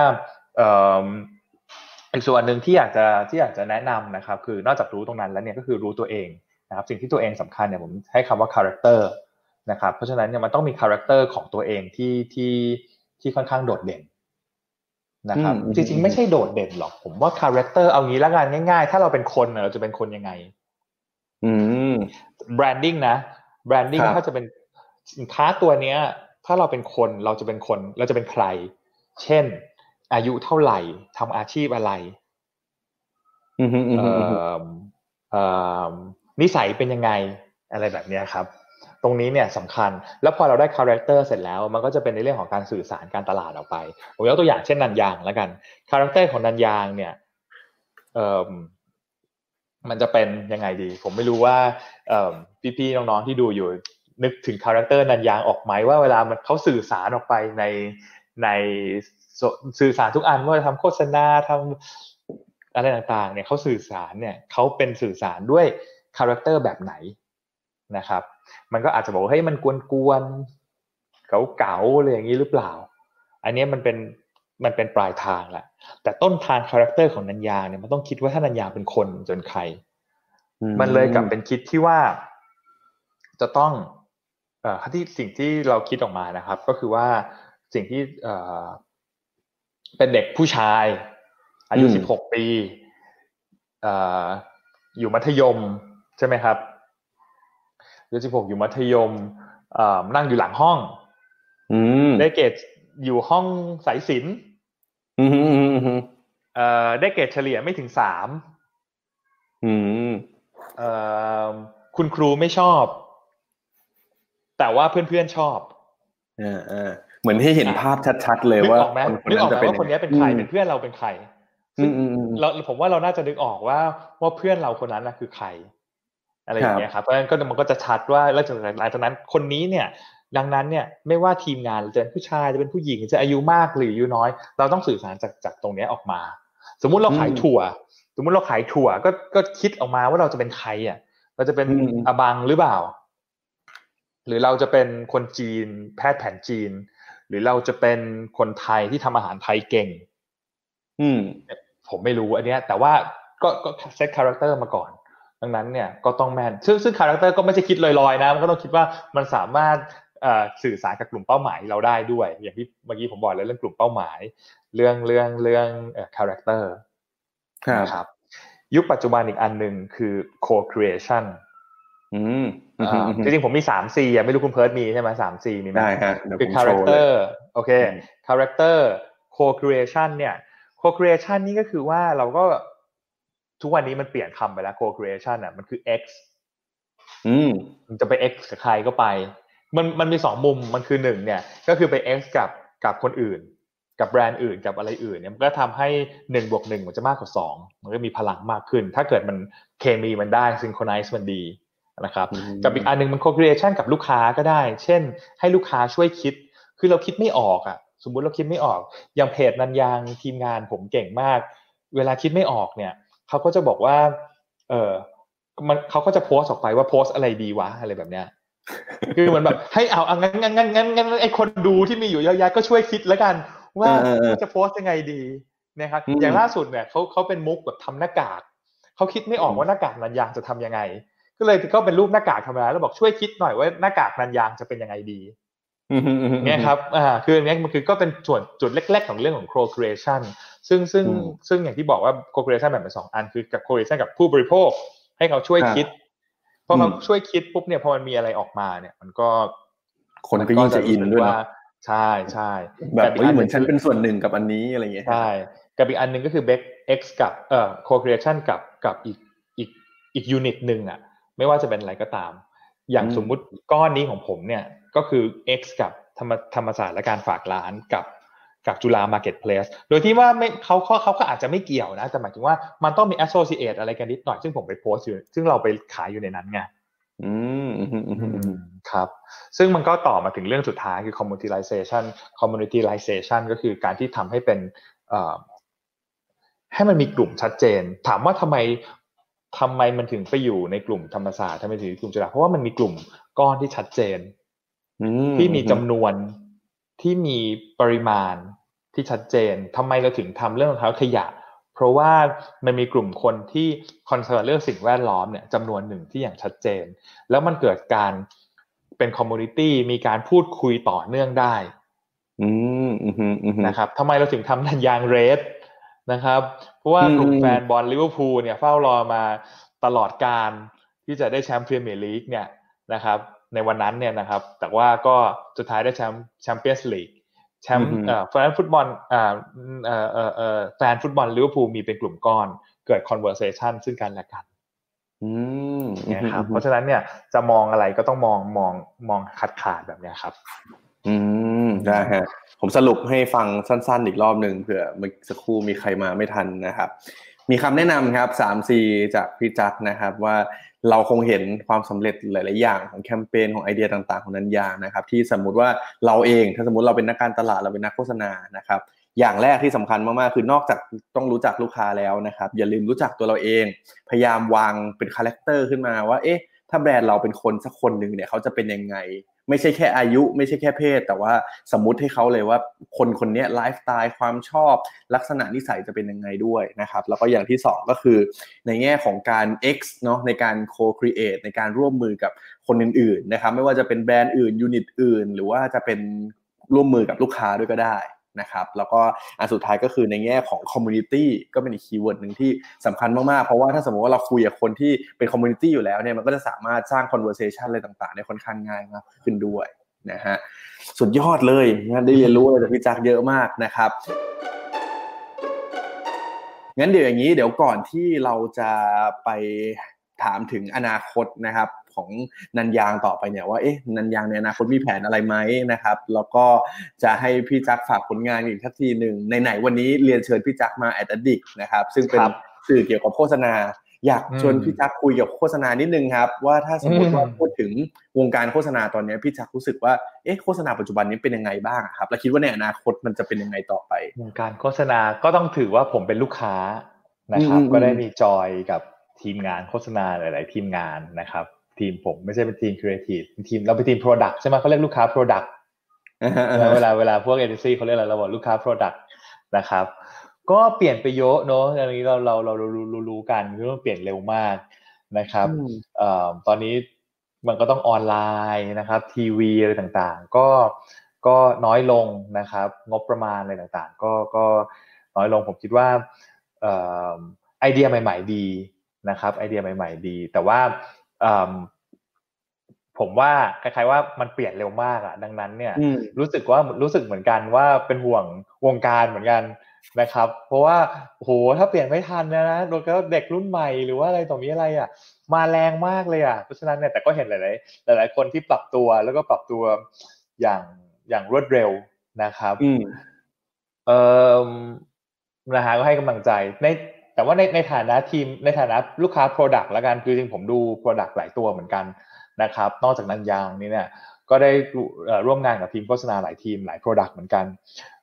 S2: อีกส่วนหนึ่งที่อยากจะที่อยากจะแนะนำนะครับคือนอกจากรู้ตรงนั้นแล้วเนี่ยก็คือรู้ตัวเองนะครับสิ่งที่ตัวเองสำคัญเนี่ยผมให้คำว่า character นะครับเพราะฉะนั้นเนี่ยมันต้องมี character ของตัวเองที่ที่ที่ค่อนข้างโดดเด่นนะครับ
S1: อืมอืม
S2: จริงๆไม่ใช่โดดเด่นหรอกผมว่า character เอางี้ละกันง่ายๆถ้าเราเป็นคนเราจะเป็นคนยังไง
S1: อืม
S2: branding นะ
S1: ค
S2: branding
S1: รับ
S2: ถ้าจะเป็นสินค้าตัวเนี้ยถ้าเราเป็นคนเราจะเป็นคนเราจะเป็นใครเช่นอายุเท่าไหร่ทำอาชีพอะไร
S1: อืมอืมอื
S2: เอ่
S1: มอืม
S2: อเอ่อนิสัยเป็นยังไงอะไรแบบนี้ครับตรงนี้เนี่ยสำคัญแล้วพอเราได้คาแรคเตอร์เสร็จแล้วมันก็จะเป็นในเรื่องของการสื่อสารการตลาดออกไปผมยกตัวอย่างเช่นนันยางแล้วกันคาแรคเตอร์ของนันยางเนี่ยเอ่อมันจะเป็นยังไงดีผมไม่รู้ว่าเอ่อพี่ๆน้องๆที่ดูอยู่นึกถึงคาแรคเตอร์นันยางออกไหมว่าเวลามันเขาสื่อสารออกไปในในสื่อสารทุกอันว่าทำโฆษณาทำอะไรต่างๆเนี่ยเขาสื่อสารเนี่ยเขาเป็นสื่อสารด้วยคาแรคเตอร์แบบไหนนะครับมันก็อาจจะบอกว่าเฮ้ยมันกวนๆเก๋าๆอะไรอย่างนี้หรือเปล่าอันนี้มันเป็นมันเป็นปลายทางแหละแต่ต้นทางคาแรคเตอร์ของนันยางเนี่ยมันต้องคิดว่าถ้านันยางเป็นคนจนใคร
S1: อื
S2: มันเลยกลับเป็น
S1: ม
S2: คิดที่ว่าจะต้องเอ่อที่สิ่งที่เราคิดออกมานะครับก็คือว่าสิ่งที่เอ่อเป็นเด็กผู้ชายอายุสิบหกปีเอ่ออยู่มัธยมใช่ไหมครับอายุสิบหกอยู่มัธยมเอ่อนั่งอยู่หลังห้อง
S1: อืม
S2: ได้เกรดอยู่ห้องสายศิลป์
S1: อืมอืมอืม
S2: เอ่อได้เกรดเฉลี่ยไม่ถึงสาม
S1: อืม
S2: เอ่อคุณครูไม่ชอบแต่ว่าเพื่อนๆชอบ
S1: อ่าอ่าเหมือนให้เห็น
S2: อ่ะ
S1: ภาพชัดๆเลยว่า
S2: นึกออกไหม
S1: คนคน
S2: นึกออกไหม
S1: นั้นจะเป็นยังไง
S2: ว่าคนนี้เป็น
S1: อืม
S2: ใครเป็นเพื่อนเราเป็นใคร
S1: อื
S2: ซึ่ง
S1: มอืมอืม
S2: เราผมว่าเราน่าจะนึกออกว่าว่าเพื่อนเราคนนั้นนะคือใครอะไร
S1: ครับ
S2: อย่างเงี้ยครับเพราะฉะนั้นก็มันก็จะชัดว่าแล้วจากหลังจากนั้นคนนี้เนี่ยดังนั้นเนี่ยไม่ว่าทีมงานจะเป็นผู้ชายจะเป็นผู้หญิงจะอายุมากหรืออายุน้อยเราต้องสื่อสารจากจากตรงนี้ออกมาสมมุติเรา
S1: อืม
S2: ขายถั่วสมมุติเราขายถั่วก็ก็คิดออกมาว่าเราจะเป็นใครอ่ะเราจะเป็น
S1: อืม
S2: อบังหรือเปล่าหรือเราจะเป็นคนจีนแพทย์แผนจีน หรือเราจะเป็นคนไทยที่ทำอาหารไทยเก่ง
S1: อืม
S2: ผมไม่รู้อันเนี้ยแต่ว่าก็ก็เซตคาแรคเตอร์มาก่อนดังนั้นเนี่ยก็ต้องแม่นซึ่งซึ่งคาแรคเตอร์ก็ไม่ใช่คิดลอยๆนะมันก็ต้องคิดว่ามันสามารถสื่อสารกับกลุ่มเป้าหมายเราได้ด้วยอย่างที่เมื่อกี้ผมบอกแล้วเรื่องกลุ่มเป้าหมายเรื่องเรื่องเรื่องเอ่อคาแรคเตอร์
S1: ครับ
S2: นะครับยุคปัจจุบันอีกอันหนึ่งคือ co-creation
S1: อืมอื
S2: อ่าจ
S1: ม
S2: ริงๆผมมีสาม C อ่ะไม่รู้คุณเพิร์ทมีใช่ไหมสาม C มีไหม
S1: ได้ฮะเดี๋ยว
S2: คือ
S1: ผมโชว์เลย
S2: character โอเค character co-creation เนี่ย co-creation นี่ก็คือว่าเราก็ทุกวันนี้มันเปลี่ยนคำไปแล้ว co-creation อ่ะมันคือ X
S1: อืม
S2: มันจะไป X กับใครก็ไปมันมันมีสองมุมมันคือหนึ่งเนี่ยก็คือไป X กับกับคนอื่นกับแบรนด์อื่นกับอะไรอื่นเนี่ยมันก็ทำให้หนึ่งบวกหนึ่งมันจะมากกว่าสองมันก็มีพลังมากขึ้นถ้าเกิดมันเคมีมันได้ synchronize มันดีนะครับ
S1: อื
S2: กับอีกอัน
S1: ม
S2: นึงมัน co-creation กับลูกค้าก็ได้เช่นให้ลูกค้าช่วยคิดคือเราคิดไม่ออกอ่ะสมมุติเราคิดไม่ออกอย่างเพจนันยางทีมงานผมเก่งมากเวลาคิดไม่ออกเนี่ยเขาก็จะบอกว่าเออมันเขาก็จะโพสต์ออกไปว่าโพสต์อะไรดีวะอะไรแบบเนี้ยคือเหมือนแบบให้เอาเอางั้นงั้นงั้นงั้นงั้นไอ้คนดูที่มีอยู่เยอะแยะก็ช่วยคิดแล้วกัน
S1: เอ
S2: ว่า
S1: อเออเออ
S2: ว่าจะโพสต์ยังไงดีนะครับ
S1: อืม
S2: อย่างล่าสุดเนี่ยเขาเขาเป็นมุกแบบทำหน้ากากเขาคิดไม่ออกว่าหน้ากากนันยางจะทำยังไงก็เลยก็เป็นรูปหน้ากากธรรมดาแล้วบอกช่วยคิดหน่อยว่าหน้ากากนันยางจะเป็นยังไงดี
S1: อืมอืมอืมอืม
S2: เนี่ยครับอ่าคืออันนี้มันคือก็เป็นส่วนจุดเล็กๆของเรื่องของ co-creation ซึ่งซึ่ง
S1: อืม
S2: ซึ่งอย่างที่บอกว่า co-creation แบ่งเป็นสองอันคือกับ co-creation กับผู้บริโภคให้เขาช่วย
S1: ครับ
S2: คิดพอ
S1: อืม
S2: เขาช่วยคิดปุ๊บเนี่ยพอมันมีอะไรออกมาเนี่ยมันก็
S1: คน
S2: มัน
S1: ก็ยิ่งจะอิ
S2: ก็จะรู้สึกว่า
S1: นด้วยเนาะ
S2: ใช่ใช่
S1: แบบ
S2: กับอีก
S1: เอ้ยเหมือนฉัน
S2: อันหนึ่งคือ
S1: เป็นส่วนหนึ่งกับอันนี้อะไรเงี้ย
S2: ใช่
S1: ฮะ
S2: กับอีกอันหนึ่งก็คือ Back X กับเอ่อ co-creation กับกับอีกอีกอีกยูนิตหนึ่งอ่ะไม่ว่าจะเป็นอะไรก็ตามอย่าง
S1: อืม
S2: สมมุติก้อนนี้ของผมเนี่ยก็คือ X กับธรรมธรรมศาสตร์และการฝากร้านกับกับจุฬา Marketplace โดยที่ว่าไม่เขาเขาเขาก็อาจจะไม่เกี่ยวนะแต่หมายถึงว่ามันต้องมี associate อะไรกันนิดหน่อยซึ่งผมไปโพสต์อยู่ซึ่งเราไปขายอยู่ในนั้นไง
S1: อืมอืมอืมอื
S2: อืม
S1: ม
S2: ครับซึ่งมันก็ต่อมาถึงเรื่องสุดท้ายคือ communitization communitization ก็คือการที่ทำให้เป็นเอ่อให้มันมีกลุ่มชัดเจนถามว่าทำไมทำไมมันถึงไปอยู่ในกลุ่มธรรมศาสตร์ทำไมถึงอยู่กลุ่มจุฬาเพราะว่ามันมีกลุ่มก้อนที่ชัดเจน
S1: อืม
S2: ที่มี
S1: อืม
S2: จำนวนที่มีปริมาณที่ชัดเจนทำไมเราถึงทำเรื่องรองเท้าขยะเพราะว่ามันมีกลุ่มคนที่คอนเซิร์นเรื่องสิ่งแวดล้อมเนี่ยจำนวนหนึ่งที่อย่างชัดเจน แล้วมันเกิดการเป็นคอมมูนิตี้มีการพูดคุยต่อเนื่องได้
S1: อืมอืมอืมอืม
S2: นะครับทำไมเราถึงทำนันยางเรดนะครับเพราะว่า
S1: อืม
S2: กลุ่ม
S1: อืม
S2: แฟนบอลลิเวอร์พูลเนี่ยเฝ้ารอมาตลอดการที่จะได้แชมป์พรีเมียร์ลีกเนี่ยนะครับในวันนั้นเนี่ยนะครับแต่ว่าก็สุดท้ายได้แชมป์แชมเปี้ยนส์ลีกแชมป์
S1: อืมอืม
S2: เอ่อแฟนฟุตบอลเอ่อเอ่อเอ่อเอ่อแฟนฟุตบอลลิเวอร์พูลมีเป็นกลุ่มก้อนเกิด conversation ซึ่งกันและกัน
S1: อืมอื
S2: เนี่ยครับเพ
S1: มอืม
S2: ราะฉะนั้นเนี่ยจะมองอะไรก็ต้องมองมองมองขาดขาดแบบเนี้ยครับ
S1: อืม
S2: อื
S1: ได้ฮะ
S2: ม
S1: ผมสรุปให้ฟังสั้นๆอีกรอบหนึ่งเผื่อเมื่อสักครู่มีใครมาไม่ทันนะครับมีคำแนะนำครับสาม C จากพี่จักรนะครับว่าเราคงเห็นความสำเร็จหลายๆอย่างของแคมเปญของไอเดียต่างๆของนันยางนะครับที่สมมุติว่าเราเองถ้าสมมติเราเป็นนักการตลาดเราเป็นนักโฆษณานะครับอย่างแรกที่สำคัญมากๆคือนอกจากต้องรู้จักลูกค้าแล้วนะครับอย่าลืมรู้จักตัวเราเองพยายามวางเป็นคาแรคเตอร์ขึ้นมาว่าเอ๊ะถ้าแบรนด์เราเป็นคนสักคนหนึ่งเนี่ยเขาจะเป็นยังไง ไม่ใช่แค่อายุไม่ใช่แค่เพศแต่ว่าสมมุติให้เขาเลยว่าคนคนนี้ไลฟ์สไตล์ความชอบลักษณะนิสัยจะเป็นยังไงด้วยนะครับแล้วก็อย่างที่สองก็คือในแง่ของการ X เนาะในการ co-create ในการร่วมมือกับคนอื่นๆนะครับไม่ว่าจะเป็นแบรนด์อื่นยูนิตอื่นหรือว่าจะเป็นร่วมมือกับลูกค้าด้วยก็ได้นะครับแล้วก็อันสุดท้ายก็คือในแง่ของ community ก็เป็นอีกคีย์เวิร์ดหนึ่งที่สำคัญมากๆเพราะว่าถ้าสมมติว่าเราคุยกับคนที่เป็น community อยู่แล้วเนี่ยมันก็จะสามารถสร้าง conversation อะไรต่างๆได้ค่อนข้างง่ายมากขึ้นด้วยนะฮะสุดยอดเลยนะได้เรียนรู้อะไรจากพี่จักรเยอะมากนะครับงั้นเดี๋ยวอย่างนี้เดี๋ยวก่อนที่เราจะไปถามถึงอนาคตนะครับของนันยางต่อไปเนี่ยว่าเอ๊ะนันยางในอนาคตมีแผนอะไรไหมนะครับแล้วก็จะให้พี่จักรฝากผลงานอีกสักทีหนึ่งในไหนวันนี้เรียนเชิญพี่จักรมา at addict นะครับซึ่งเป็น
S2: ครับ
S1: สื่อเกี่ยวกับโฆษณาอยาก
S2: อื
S1: ชวนพี่จัก
S2: ม
S1: รคุยกับโฆษณานิดนึงครับว่าถ้าส
S2: อื
S1: มมติว่าพูด
S2: ม
S1: ถึงวงการโฆษณาตอนนี้พี่จักรรู้สึกว่าเอ๊ะโฆษณาปัจจุบันนี้เป็นยังไงบ้างครับและคิดว่าในอนาคตมันจะเป็นยังไงต่อไป
S2: วงการโฆษณาก็ต้องถือว่าผมเป็นลูกค้า
S1: อื
S2: นะครับก็
S1: มอืมอืม
S2: ได้มีจอยกับทีมงานโฆษณาหลาย ๆ ทีมงานนะครับทีมผมไม่ใช่เป็นทีมครีเอทีฟทีมเราเป็นทีม Product ใช่ไหมเขาเรียกลูกค้า Product
S1: อ่าฮะอ่า
S2: ใช่ไหม
S1: ฮะ
S2: เวลาเวลาพวกเอเจนซี่เขาเรียกอะไรเราบอกลูกค้า Product นะครับก็เปลี่ยนไปเยอะเนอะอันนี้เราเราเรารู้รู้รู้กันคือมันเปลี่ยนเร็วมากนะครับ
S1: อืม
S2: เอ่อตอนนี้มันก็ต้องออนไลน์นะครับทีวีอะไรต่างๆก็ก็น้อยลงนะครับงบประมาณอะไรต่างๆก็ก็น้อยลงผมคิดว่าเอ่อไอเดียใหม่ๆดีนะครับไอเดียใหม่ๆดีแต่ว่าเอ่อผมว่าคล้ายๆว่ามันเปลี่ยนเร็วมากอ่ะดังนั้นเนี่ย
S1: อืม
S2: รู้สึกว่ารู้สึกเหมือนกันว่าเป็นห่วงวงการเหมือนกันนะครับเพราะว่าโหถ้าเปลี่ยนไม่ทันนะนะโดยเฉพาะเด็กรุ่นใหม่หรือว่าอะไรต่อมีอะไรอ่ะมาแรงมากเลยอ่ะเพราะฉะนั้นเนี่ยแต่ก็เห็นหลายๆหลายๆคนที่ปรับตัวแล้วก็ปรับตัวอย่างอย่างรวดเร็วนะครับ
S1: อืม
S2: เอ่อนะฮะก็ให้กำลังใจในแต่ว่าในในฐานะทีมในฐานะลูกค้า Product ละกันคือจริงๆผมดู Product หลายตัวเหมือนกันนะครับนอกจากนันยางนี่เนี่ยก็ได้ร่วมงานกับทีมโฆษณาหลายทีมหลาย Product เหมือนกัน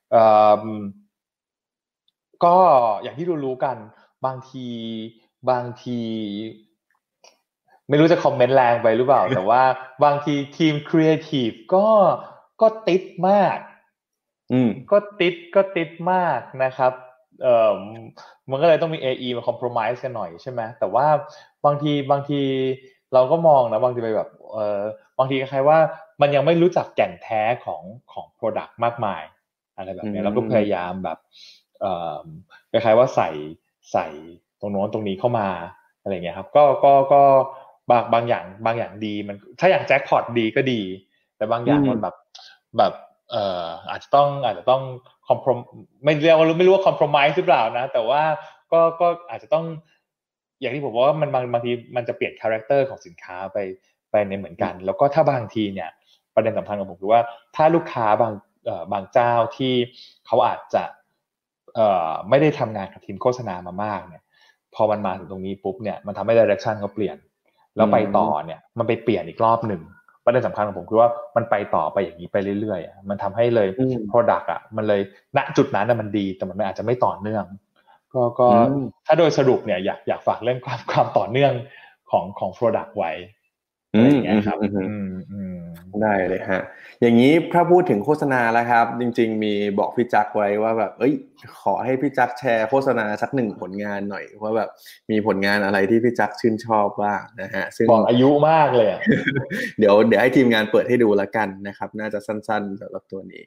S2: ก็อย่างที่รู้ๆกันบางทีบางทีไม่รู้จะคอมเมนต์แรงไปหรือเปล่าแต่ว่าบางทีทีมครีเอทีฟก็ก็ติดมาก
S1: อืม
S2: ก็ติดก็ติดมากนะครับเอ่อมันก็เลยต้องมี เอ อี มาคอมโพรไมซ์กันหน่อยใช่ไหมแต่ว่าบางทีบางทีเราก็มองนะบางทีไปแบบเออบางทีคล้ายๆว่ามันยังไม่รู้จักแก่นแท้ของของ Product มากมายอะไรแบบนี้เราก็พยายามแบบเอ่อคล้ายๆว่าใส่ใส่ตรงโน้นตรงนี้เข้ามาอะไรเงี้ยครับก็ก็ก็บางบางอย่างบางอย่างดีมันถ้าอย่างแจ็คพอตดีก็ดีแต่บางอย่างมันแบบแบบเอ่ออาจจะต้องอาจจะต้องคอมโพรไม่เรียกว่าไม่รู้ว่าคอมโพรไมซ์หรือเปล่านะแต่ว่าก็ก็อาจจะต้องอย่างที่ผมว่ามันบางบางทีมันจะเปลี่ยนคาแรคเตอร์ของสินค้าไปไปในเหมือนกันแล้วก็ถ้าบางทีเนี่ยประเด็นสำคัญของผมคือว่าถ้าลูกค้าบางเอ่อบางเจ้าที่เขาอาจจะเอ่อไม่ได้ทำงานกับทีมโฆษณามามากเนี่ยพอมันมาถึงตรงนี้ปุ๊บเนี่ยมันทำให้ direction เขาเปลี่ยนแล้วไปต่อเนี่ยมันไปเปลี่ยนอีกรอบหนึ่งประเด็นสำคัญของผมคือว่ามันไปต่อไปอย่างนี้ไปเรื่อยๆมันทำให้เลย product อ่ะมันเลยณจุดนั้นน่ะมันดีแต่มันอาจจะไม่ต่อเนื่องก็ก็ถ้าโดยสรุปเนี่ยอยากอยากฝากเรื่องความความต่อเนื่องของของ product ไว้อะไรอย่างเงี้ยครับอืมอืม
S1: ได้เลยฮะอย่างนี้ถ้าพูดถึงโฆษณาแล้วครับจริงๆมีบอกพี่จักไว้ว่าแบบเอ้ยขอให้พี่จักแชร์โฆษณาสักหนึ่งผลงานหน่อยว่าแบบมีผลงานอะไรที่พี่จักชื่นชอบบ้างนะฮะซึ่ง
S2: บอกอายุมากเลย
S1: เดี๋ยวเดี๋ยวให้ทีมงานเปิดให้ดูแล้วกันนะครับน่าจะสั้นๆสำหรับตัวนี้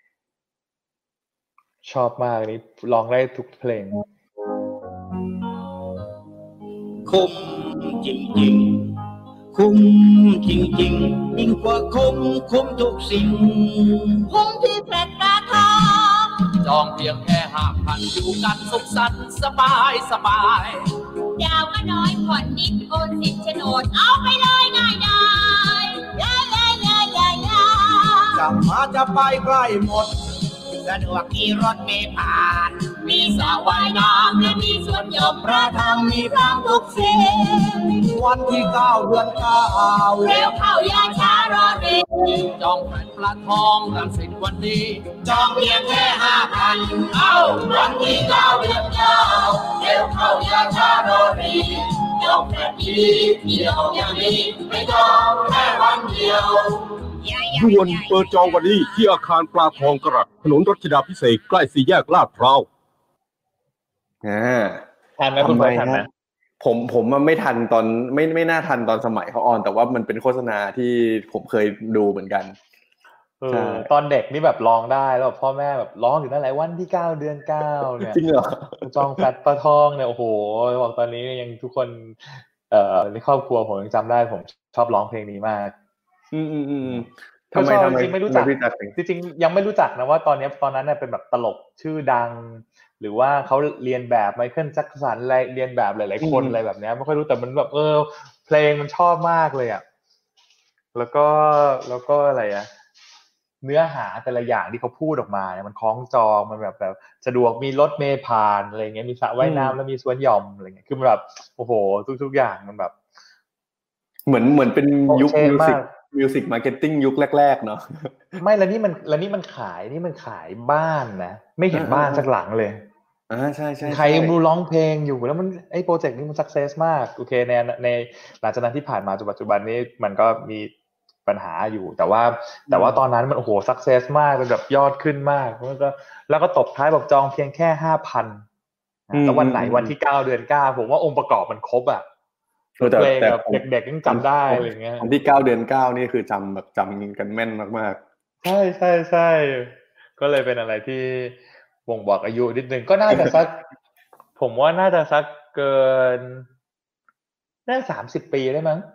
S2: ชอบมากนี่ร้องได้ทุกเพลง
S3: คมจริงๆคมจริงๆยิ่งกว่าคมคมทุกสิ่ง
S4: คมที่แปลกตาทอง
S3: จองเพียงแค่ห้าพันอยู่กันสุขสันต์สบายสบาย
S4: ดาวก็น้อยผ่อนนิดโอนสิทธิ์โฉนดเอาไปเลยง่ายดายยายายายายา
S3: จะมาจะไปใกล้หมดสะดวกขี่รถเมล์ผ่าน
S4: มีสระว่ายน้ำและมีสวนหย่อมพระธรรมมีพร้อมทุกสิ่ง
S3: วันที่เก้าเดือนเก้า
S4: เร็วเข้าอย่าช้ารอรี
S3: จองแผ่นปลาทองรังสิตวันนี้
S4: จองเพียงแค่ห้าพันเอาวันที่เก้าเดือนเก้าเร็วเข้าอย่าช้ารอรีจองแผ่นดีเที่ยวอย่างนี้ไม่จองแค่วันเดียว
S5: ด่วนเปิดจองวันนี้ที่อาคารปลาทองกระถนนรัชดาภิเษกใกล้สี่แยกลาดพร้าว
S1: อ่า
S2: ทันไหมคุณเฟิร์สทันไหม
S1: ผมผมมันไม่ทันตอนไม่ไม่น่าทันตอนสมัยเขาออนแต่ว่ามันเป็นโฆษณาที่ผมเคยดูเหมือนกัน
S2: เออตอนเด็กนี่แบบร้องได้แล้วพ่อแม่แบบร้องอยู่นั่นแหละวันที่เก้าเดือนเก้าเนี่ย
S1: จริงเหรอ
S2: จองแฟตปลาทองเนี่ยโอ้โหบอกตอนนี้ยังทุกคนเอ่อในครอบครัวผมยังจำได้ผมชอบร้องเพลงนี้มาก
S1: อืมอืมอืม
S2: ทำไมทำไมจริงไม่รู้จักจริงๆยังไม่รู้จักนะว่าตอนนี้ตอนนั้นเนี่ยเป็นแบบตลกชื่อดังหรือว่าเขาเรียนแบบไมเคิลแจ็คสันอะไรเรียนแบบหลายๆคนอะไรแบบนี้ไม่ค่อยรู้แต่มันแบบเออเพลงมันชอบมากเลยอ่ะแล้วก็แล้วก็อะไรอ่ะเนื้อหาแต่ละอย่างที่เขาพูดออกมาเนี่ยมันคล้องจองมันแบบแบบสะดวกมีรถเมล์ผ่านอะไรเงี้ยมีสระว่ายน้ำแล้วมีสวนหย่อมอะไรเงี้ยคือมันแบบโอ้โหทุกๆอย่างมันแบบ
S1: เหมือนเหมือนเป็นยุคมิวสิกมิวสิกมาร์เก็ตติ้งยุคแรกๆเนาะ
S2: ไม่แล้วนี่มันแล้วนี่มันขายนี่มันขายบ้านนะไม่เห็นบ้านสักหลังเลย
S1: อ่าใช่ใช่
S2: ใครดูร้องเพลงอยู่แล้วมันไอ้โปรเจกต์นี้มันสักเซสมากโอเคในในหลังจากนั้นที่ผ่านมาจนปัจจุบันนี้มันก็มีปัญหาอยู่แต่ว่าแต่ว่าตอนนั้นมันโอ้โหสักเซสมากเป็นแบบยอดขึ้นมากแล้วก็แล้วก็ตบท้ายบอกจองเพียงแค่ ห้าพัน แล้ววันไหนวันที่เก้าเดือนเก้าผมว่าองค์ประกอบมันครบอ่ะเพลงแบบเด็กๆยังจำได้อะไรเงี้ย
S1: วันที่เก้าเดือนเก้านี่คือจำแบบจำกันแม่นมาก
S2: ๆใช่ใช่ใช่ก็เลยเป็นอะไรที่บ่งบอกอายุนิดนึงก็น่าจะสักผมว่าน่าจะสักเกินน่าสามสิบปีได้มั้ง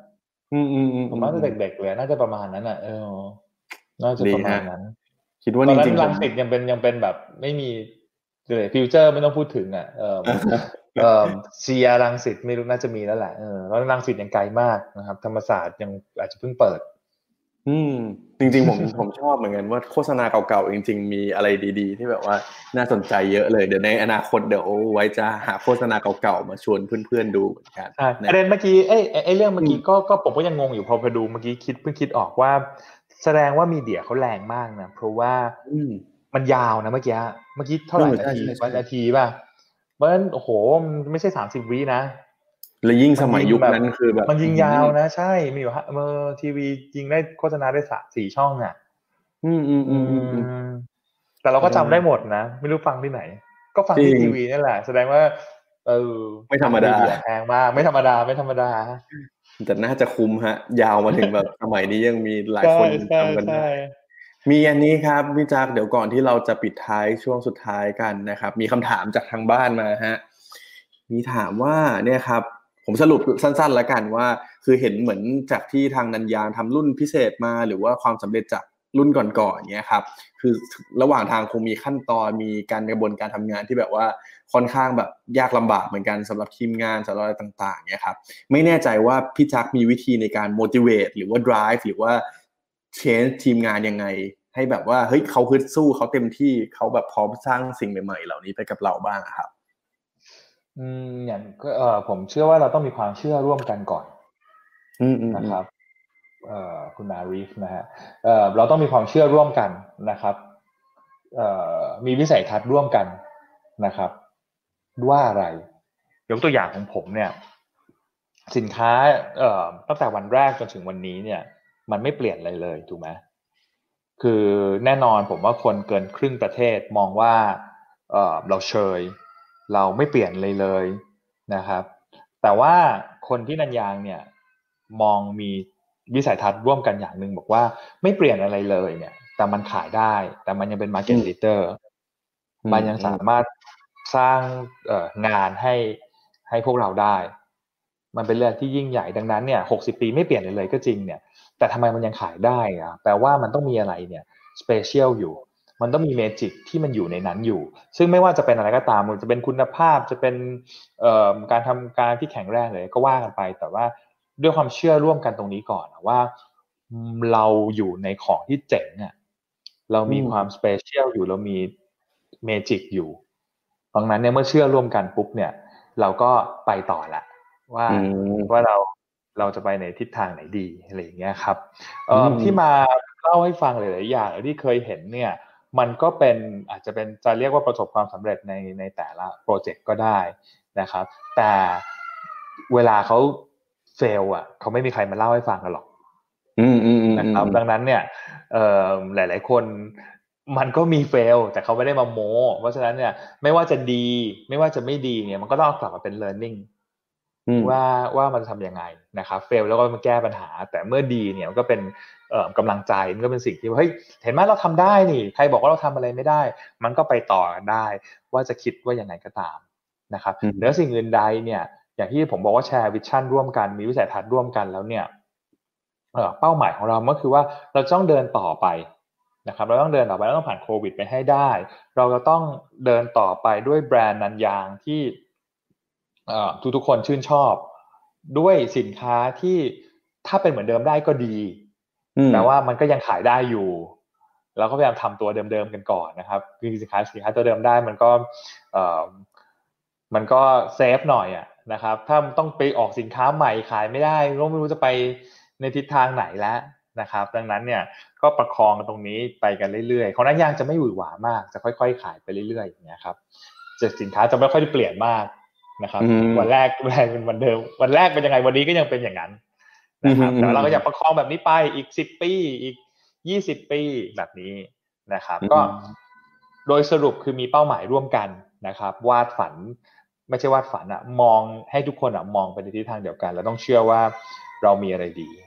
S1: อืมอืมอืม
S2: ผมน่าจะเด็กๆเลยน่าจะประมาณนั้นอ่ะเออน่าจะประมาณนั้น
S1: คิดว่า
S2: ตอนนั้น
S1: จริงๆผม
S2: รังสิตยังเป็นยังเป็นแบบไม่มีเลยฟิวเจอร์ไม่ต้องพูดถึงอ่ะเออเออเชียร์รังสิตไม่รู้น่าจะมีแล้วแหละเออแล้วรังสิตยังไกลมากนะครับธรรมศาสตร์ยังอาจจะเพิ่งเปิด
S1: อืมจริงๆผมผมชอบเหมือนกันว่าโฆษณาเก่าๆจริงๆมีอะไรดีๆที่แบบว่าน่าสนใจเยอะเลยเดี๋ยวในอนาคตเดี๋ยวไว้จะหาโฆษณาเก่าๆมาชวนเพื่อนๆดูเหมือนกัน
S2: ใช่ป
S1: นะ
S2: ระเด็นเมื่อกี้เอ้ยไอ้เรื่องเมื่อกี้ก็ก็ผมก็ยังงงอยู่พอพอดูเมื่อกี้คิดเพิ่งคิดออกว่าแสดงว่ามีเดียเขาแรงมากนะเพราะว่ามันยาวนะเมื่อกี้เมื่อกี้เท่าไหร่นาทีวันนาทีป่ะเพราะฉะนั้นโอ้โหมันไม่ใช่สามสิบวินะ
S1: และยิ่งสมัยยุคนั้นคือแบบ
S2: มันยิงยาวนะใช่มีอยู่ฮะเมื่อทีวียิงได้โฆษณาได้สามสี่ช่องอ่ะ
S1: อืมอืมอืมอืม
S2: แต่เราก็จำได้หมดนะไม่รู้ฟังที่ไหนก็ฟังที่ทีวีนี่แหละแสดงว่าเออ
S1: ไม่ธรรมดา
S2: แพงมากไม่ธรรมดาไม่ธรรมดา
S1: แต่น่าจะคุ้มฮะยาวมาถึงแบบสมัยนี้ยังมีหลายคนจำกันได้มีอันนี้ครับพี่จักเดี๋ยวก่อนที่เราจะปิดท้ายช่วงสุดท้ายกันนะครับมีคำถามจากทางบ้านมาฮะมีถามว่าเนี่ยครับผมสรุปสั้นๆแล้วกันว่าคือเห็นเหมือนจากที่ทางนันยางทำรุ่นพิเศษมาหรือว่าความสำเร็จจากรุ่นก่อนๆเนี้ยครับคือระหว่างทางคงมีขั้นตอนมีการกระบวนการทำงานที่แบบว่าค่อนข้างแบบยากลำบากเหมือนกันสำหรับทีมงานสำหรับอะไรต่างๆเนี่ยครับไม่แน่ใจว่าพี่จักมีวิธีในการ motivate หรือว่า drive หรือว่า change ทีมงานยังไงให้แบบว่าเฮ้ยเขาฮึดสู้เขาเต็มที่เขาแบบพร้อมสร้างสิ่งใหม่ๆเหล่านี้ไปกับเราบ้างครับ
S2: อืมอย่างก็เออผมเชื่อว่าเราต้องมีความเชื่อร่วมกันก่อนนะครับเอ่อคุณนารีฟนะฮะเอ่อเราต้องมีความเชื่อร่วมกันนะครับเอ่อมีวิสัยทัศน์ร่วมกันนะครับว่าอะไรยกตัวอย่างของผมเนี่ยสินค้าเอ่อตั้งแต่วันแรกจนถึงวันนี้เนี่ยมันไม่เปลี่ยนอะไรเลยถูกไหมคือแน่นอนผมว่าคนเกินครึ่งประเทศมองว่าเอ่อเราเชยเราไม่เปลี่ยนเลยเลยนะครับแต่ว่าคนที่นันยางเนี่ยมองมีวิสัยทัศน์ร่วมกันอย่างหนึ่งบอกว่าไม่เปลี่ยนอะไรเลยเนี่ยแต่มันขายได้แต่มันยังเป็น market leader มันยังสามารถสร้างเอ่องานให้ให้พวกเราได้มันเป็นเรื่องที่ยิ่งใหญ่ดังนั้นเนี่ยหกสิบปีไม่เปลี่ยนเลยเลยก็จริงเนี่ยแต่ทำไมมันยังขายได้อะแปลว่ามันต้องมีอะไรเนี่ยสเปเชียลอยู่มันต้องมีเมจิกที่มันอยู่ในนั้นอยู่ซึ่งไม่ว่าจะเป็นอะไรก็ตามมันจะเป็นคุณภาพจะเป็นเอ่อการทำการที่แข็งแรงเลยก็ว่ากันไปแต่ว่าด้วยความเชื่อร่วมกันตรงนี้ก่อนว่าเราอยู่ในของที่เจ๋งอ่ะเรามีความสเปเชียลอยู่เรามีเมจิกอยู่ดังนั้นเนี่ยเมื่อเชื่อร่วมกันปุ๊บเนี่ยเราก็ไปต่อละว่าว่าเราเราจะไปในทิศทางไหนดีอะไรอย่างเงี้ยครับเอ่อที่มาเล่าให้ฟังหลายๆอย่างที่เคยเห็นเนี่ยมันก็เป็นอาจจะเป็นจะเรียกว่าประสบความสำเร็จในในแต่ละโปรเจกต์ก็ได้นะครับแต่เวลาเขาเฟลอ่ะเขาไม่มีใครมาเล่าให้ฟังกันหรอกนะครับดังนั้นเนี่ยเอ่อหลายๆคนมันก็มีเฟลแต่เขาไม่ได้มาโม้เพราะฉะนั้นเนี่ยไม่ว่าจะดีไม่ว่าจะไม่ดีเนี่ยมันก็ต้องกลับมาเป็น learning ว่าว่ามันทำยังไงนะครับเฟลแล้วก็มาแก้ปัญหาแต่เมื่อดีเนี่ยมันก็เป็นเอ่อกำลังใจมันก็เป็นสิ่งที่เฮ้ยเห็นไหมเราทำได้นี่ใครบอกว่าเราทำอะไรไม่ได้มันก็ไปต่อกันได้ว่าจะคิดว่ายังไงก็ตามนะครับเหนือสิ่งอื่นใดเนี่ยอย่างที่ผมบอกว่าแชร์วิชั่นร่วมกันมีวิสัยทัศน์ร่วมกันแล้วเนี่ยเอ่อเป้าหมายของเราก็คือว่าเราต้องเดินต่อไปนะครับเราต้องเดินต่อไปเราต้องผ่านโควิดไปให้ได้เราจะต้องเดินต่อไปด้วยแบรนด์นันยางที่ทุกทุกคนชื่นชอบด้วยสินค้าที่ถ้าเป็นเหมือนเดิมได้ก็ดีแต่ว่ามันก็ยังขายได้อยู่เราก็พยายามทำตัวเดิมๆกันก่อนนะครับคือสินค้าสินค้าตัวเดิมได้มันก็เอ่อมันก็เซฟหน่อยอ่ะนะครับถ้าต้องไปออกสินค้าใหม่ขายไม่ได้ก็ไม่รู้จะไปในทิศทางไหนแล้วนะครับดังนั้นเนี่ยก็ประคองตรงนี้ไปกันเรื่อยๆของนันยางจะไม่หวือหวามากจะค่อยๆขายไปเรื่อยๆอย่างเงี้ยครับจะสินค้าจะไม่ค่อยได้เปลี่ยนมากนะครับวันแรกแบรนด์เป็นวันเดิมวันแรกเป็นยังไงวันนี้ก็ยังเป็นอย่างนั้นนะครับแต่เราก็อยากประคองแบบนี้ไปอีกสิบปีอีกยี่สิบปีแบบนี้นะครับก็โดยสรุปคือมีเป้าหมายร่วมกันนะครับวาดฝันไม่ใช่วาดฝันอะมองให้ทุกคนอะมองไปในทิศทางเดียวกันแล้วต้องเชื่อว่าเรามีอะไรดี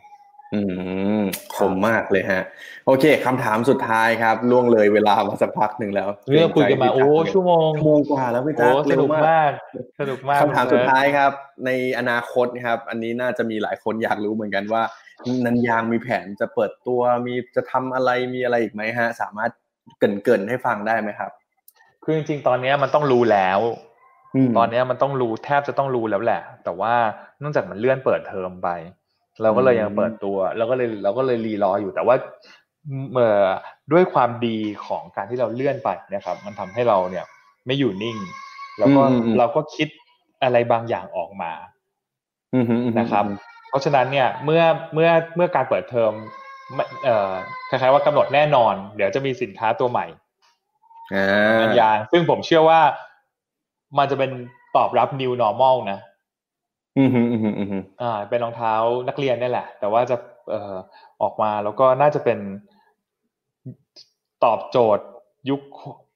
S1: อืมคมมากเลยฮะโอเคคำถามสุดท้ายครับล่วงเลยเวลามาสักพักหนึ่งแล้ว
S2: เรื่องคุยกันมาโอ้ชั่วโมง
S1: ชั่วโมงกว่าแล้วพี่
S2: โอ้
S1: จัก
S2: ส
S1: เร็ว
S2: นุก
S1: มาก
S2: มากสนุกมาก
S1: คำถามสุดท้ายครับในอนาคตครับอันนี้น่าจะมีหลายคนอยากรู้เหมือนกันว่านันยางมีแผนจะเปิดตัวมีจะทำอะไรมีอะไรอีกไหมฮะสามารถเกริ่นๆให้ฟังได้ไหมครับ
S2: คือจริงๆตอนนี้มันต้องรู้แล้วตอนนี้มันต้องรู้แทบจะต้องรู้แล้วแหละแต่ว่าเนื่องจากมันเลื่อนเปิดเทอมไปเราก็เลยยังเปิดตัวเราก็เลยเราก็เลยรีรออยู่แต่ว่าเอ่อด้วยความดีของการที่เราเลื่อนไปนะครับมันทำให้เราเนี่ยไม่อยู่นิ่งแล้วก็เราก็คิดอะไรบางอย่างออกมานะครับเพราะฉะนั้นเนี่ยเมื่อเมื่อเมื่อการเปิดเทอมเอ่อคล้ายๆว่ากำหนดแน่นอนเดี๋ยวจะมีสินค้าตัวใหม่นันยางซึ่งผมเชื่อว่ามันจะเป็นตอบรับ new normal นะ
S1: อืมอืมอืมอืม
S2: อ่าเป็นรองเท้านักเรียนนี่แหละแต่ว่าจะเอ่อออกมาแล้วก็น่าจะเป็นตอบโจทย์ยุค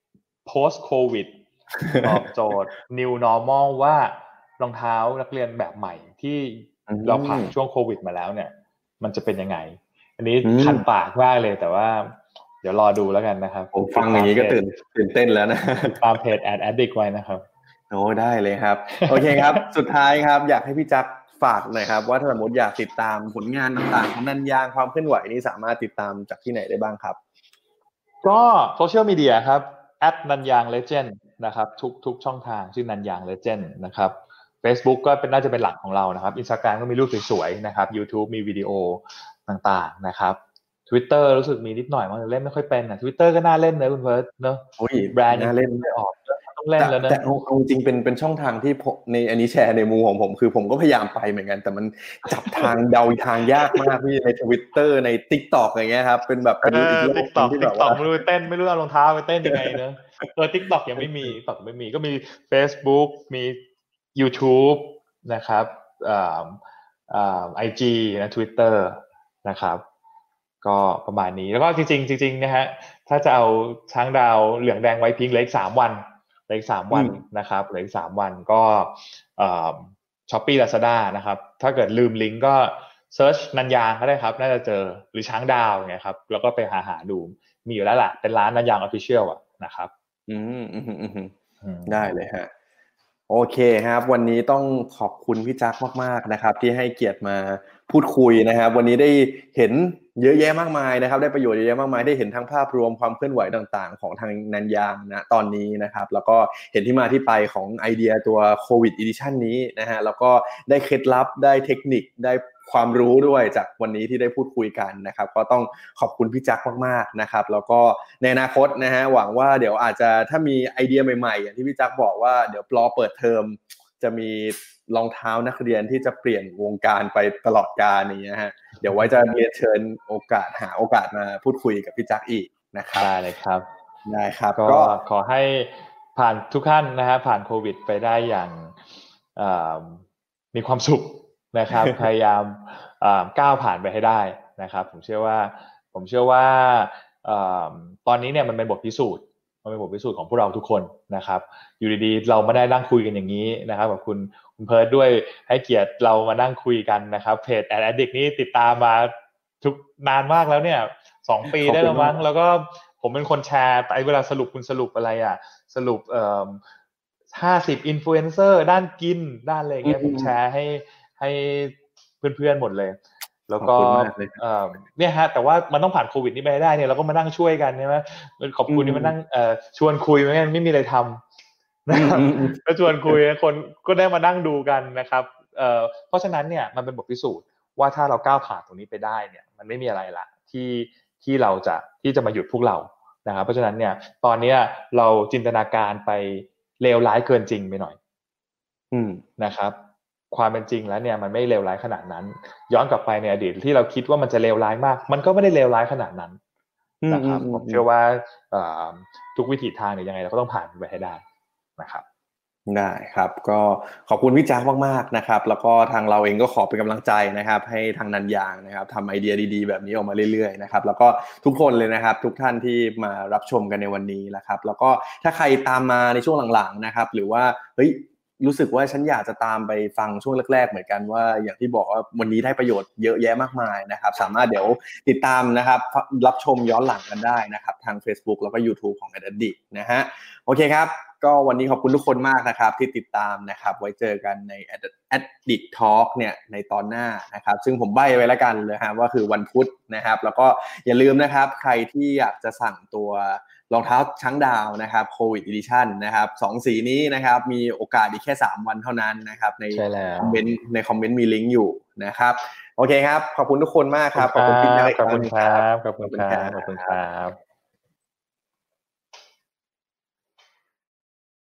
S2: post covid ตอบโจทย์ new normal ว่ารองเท้านักเรียนแบบใหม่ที่เราผ่านช่วงโควิดมาแล้วเนี่ยมันจะเป็นยังไงอันนี้คันปากมากเลยแต่ว่าเดี๋ยวรอดูแล้วกันนะครับ
S1: ผมฟังอย่างนี้ก็ตื่นตื่นเต้นแล้วนะ
S2: ตามเพจ Ad Addict ไว้นะครับ
S1: โอ้ได้เลยครับโอเคครับสุดท้ายครับอยากให้พี่จักฝากหน่อยครับว่าถ้าสมมติอยากติดตามผลงานต่างๆของนันยางความเคลื่อนไหวนี้สามารถติดตามจากที่ไหนได้บ้างครับ
S2: ก็โซเชียลมีเดียครับแอดนันยางเลเจนด์นะครับทุกทุกช่องทางชื่อนันยางเลเจนด์นะครับ Facebook ก็เป็นน่าจะเป็นหลักของเรานะครับ Instagram ก็มีรูปสวยๆนะครับ YouTube มีวิดีโอต่างๆนะครับ Twitter รู้สึกมีนิดหน่อยมันเล่นไม่ค่อยเป็นนะ Twitter ก็น่าเล่นนะคุณเพิร์ทเนอะแบรนด์น่าเล่นไม่ออกต้องเล่นแล้วนะ
S1: แต่เอาจริงเป็นเป็นช่องทางที่ในอันนี้แชร์ในมุมของผมคือผมก็พยายามไปเหมือนกันแต่มันจับทางเดาทางยากมากพี่ใน Twitter ใน TikTok อย่างเงี้ยครับเป็นแบบเป็นอีกโลกนึงที่แบบว่า
S2: ไม่รู้เต้นไม่รู้เอารองเท้าไปเต้นยังไงเนอะเออ TikTok ยังไม่มี TikTok ไม่มีก็มี Facebook มี YouTube นะครับอ่าอ่า ไอ จี นะ Twitter นะครับก็ประมาณนี้แล้วก็จริงๆจริงๆนะฮะถ้าจะเอาช้างดาวเหลืองแดงไว้พิงค์เหลืออีกสามวันเหลืออีกสามวันนะครับเหลืออีกสามวันก็เอ่อ Shopee Lazada นะครับถ้าเกิดลืมลิงก์ก็เซิร์ชนันยางก็ได้ครับน่าจะเจอหรือช้างดาวไงครับแล้วก็ไปหาหาดูมีอยู่แล้วล่ะเป็นร้านนันยาง Official อ่ะนะครับ
S1: อืมอืมอืมได้เลยฮะโอเคครับวันนี้ต้องขอบคุณพี่จักมากๆนะครับที่ให้เกียรติมาพูดคุยนะครับวันนี้ได้เห็นเยอะแยะมากมายนะครับได้ประโยชน์เยอะแยะมากมายได้เห็นทั้งภาพรวมความเคลื่อนไหวต่างๆของทางนันยางนะตอนนี้นะครับแล้วก็เห็นที่มาที่ไปของไอเดียตัวโควิดอีดิชั่นนี้นะฮะแล้วก็ได้เคล็ดลับได้เทคนิคได้ความรู้ด้วยจากวันนี้ที่ได้พูดคุยกันนะครับก็ต้องขอบคุณพี่จักมากๆนะครับแล้วก็ในอนาคตนะฮะหวังว่าเดี๋ยวอาจจะถ้ามีไอเดียใหม่ๆอย่างที่พี่จักบอกว่าเดี๋ยวรอเปิดเทอมจะมีรองเท้านักเรียนที่จะเปลี่ยนวงการไปตลอดกาลอย่างเงี้ยฮะเดี๋ยวไว้จะเรียนเชิญโอกาสหาโอกาสมาพูดคุยกับพี่จักอีกนะครับ
S2: ได้เลยครับ
S1: ได้ครับ
S2: ก็ขอให้ผ่านทุกท่านนะฮะผ่านโควิดไปได้อย่างมีความสุขนะครับ พยายามก้าวผ่านไปให้ได้นะครับผมเชื่อว่าผมเชื่อว่าตอนนี้เนี่ยมันเป็นบทพิสูจน์มันเป็นบทพิสูจน์ของพวกเราทุกคนนะครับอยู่ดีๆเรามาได้นั่งคุยกันอย่างนี้นะครับกับคุณคุณเพิร์ทด้วยให้เกียรติเรามานั่งคุยกันนะครับเพจ Ad Addict นี่ติดตามมาทุกนานมากแล้วเนี่ยสองปีได้แล้วมั้งแล้วก็ผมเป็นคนแชร์ไอ้เวลาสรุปคุณสรุปอะไรอ่ะสรุปเอ่อห้าสิบอินฟลูเอนเซอร์ด้านกินด้านอะไรเงี้ยผมแชร์ให้ให้เพื่อนๆหมดเลยแล้วก็เอ่อเนี่ยฮะแต่ว่ามันต้องผ่านโควิดนี้ไปได้เนี่ยเราก็มานั่งช่วยกันใช่ไหมขอบคุณที่มานั่งเอ่อชวนคุยไม่งั้นไม่มีอะไรทำนะครับก็ชวนคุยคนก็ได้มานั่งดูกันนะครับเอ่อเพราะฉะนั้นเนี่ยมันเป็นบทพิสูจน์ว่าถ้าเราก้าวผ่านตรงนี้ไปได้เนี่ยมันไม่มีอะไรละที่ที่เราจะที่จะมาหยุดพวกเรานะครับเพราะฉะนั้นเนี่ยตอนนี้เราจินตนาการไปเลวร้ายเกินจริงไปหน่อยนะครับความเป็นจริงแล้วเนี่ยมันไม่เลวร้ายขนาดนั้นย้อนกลับไปในอดีตที่เราคิดว่ามันจะเลวร้ายมากมันก็ไม่ได้เลวร้ายขนาดนั้นนะครับผมเชื่อว่าทุกวิถีทางเนี่ยยังไงเราก็ต้องผ่านไปให้ได้นะครับ
S1: ได้ครับก็ขอบคุณพี่จักมากๆนะครับแล้วก็ทางเราเองก็ขอเป็นกำลังใจนะครับให้ทางนันยางนะครับทำไอเดียดีๆแบบนี้ออกมาเรื่อยๆนะครับแล้วก็ทุกคนเลยนะครับทุกท่านที่มารับชมกันในวันนี้นะครับแล้วก็ถ้าใครตามมาในช่วงหลังๆนะครับหรือว่าเฮ้ยรู้สึกว่าฉันอยากจะตามไปฟังช่วงแรกๆเหมือนกันว่าอย่างที่บอกว่าวันนี้ได้ประโยชน์เยอะแยะมากมายนะครับสามารถเดี๋ยวติดตามนะครับรับชมย้อนหลังกันได้นะครับทาง Facebook แล้วก็ YouTube ของ Addict นะฮะโอเคครับก็วันนี้ขอบคุณทุกคนมากนะครับที่ติดตามนะครับไว้เจอกันใน Addict Talk เนี่ยในตอนหน้านะครับซึ่งผมใบ้ไว้แล้วกันเลยฮะว่าคือวันพุธนะครับแล้วก็อย่าลืมนะครับใครที่อยากจะสั่งตัวรองเท้าช้างดาวนะครับโควิดอีดิชั่นนะครับสองสีนี้นะครับมีโอกาสอีกแค่สามวันเท่านั้นนะครับในคอมเมนต์ในคอมเมนต์มีลิงก์อยู่นะครับโอเคครับขอบคุณทุกคนมากครับ
S2: ขอบคุณพี่นายขอบคุณครับขอบคุณครับขอบคุณครับ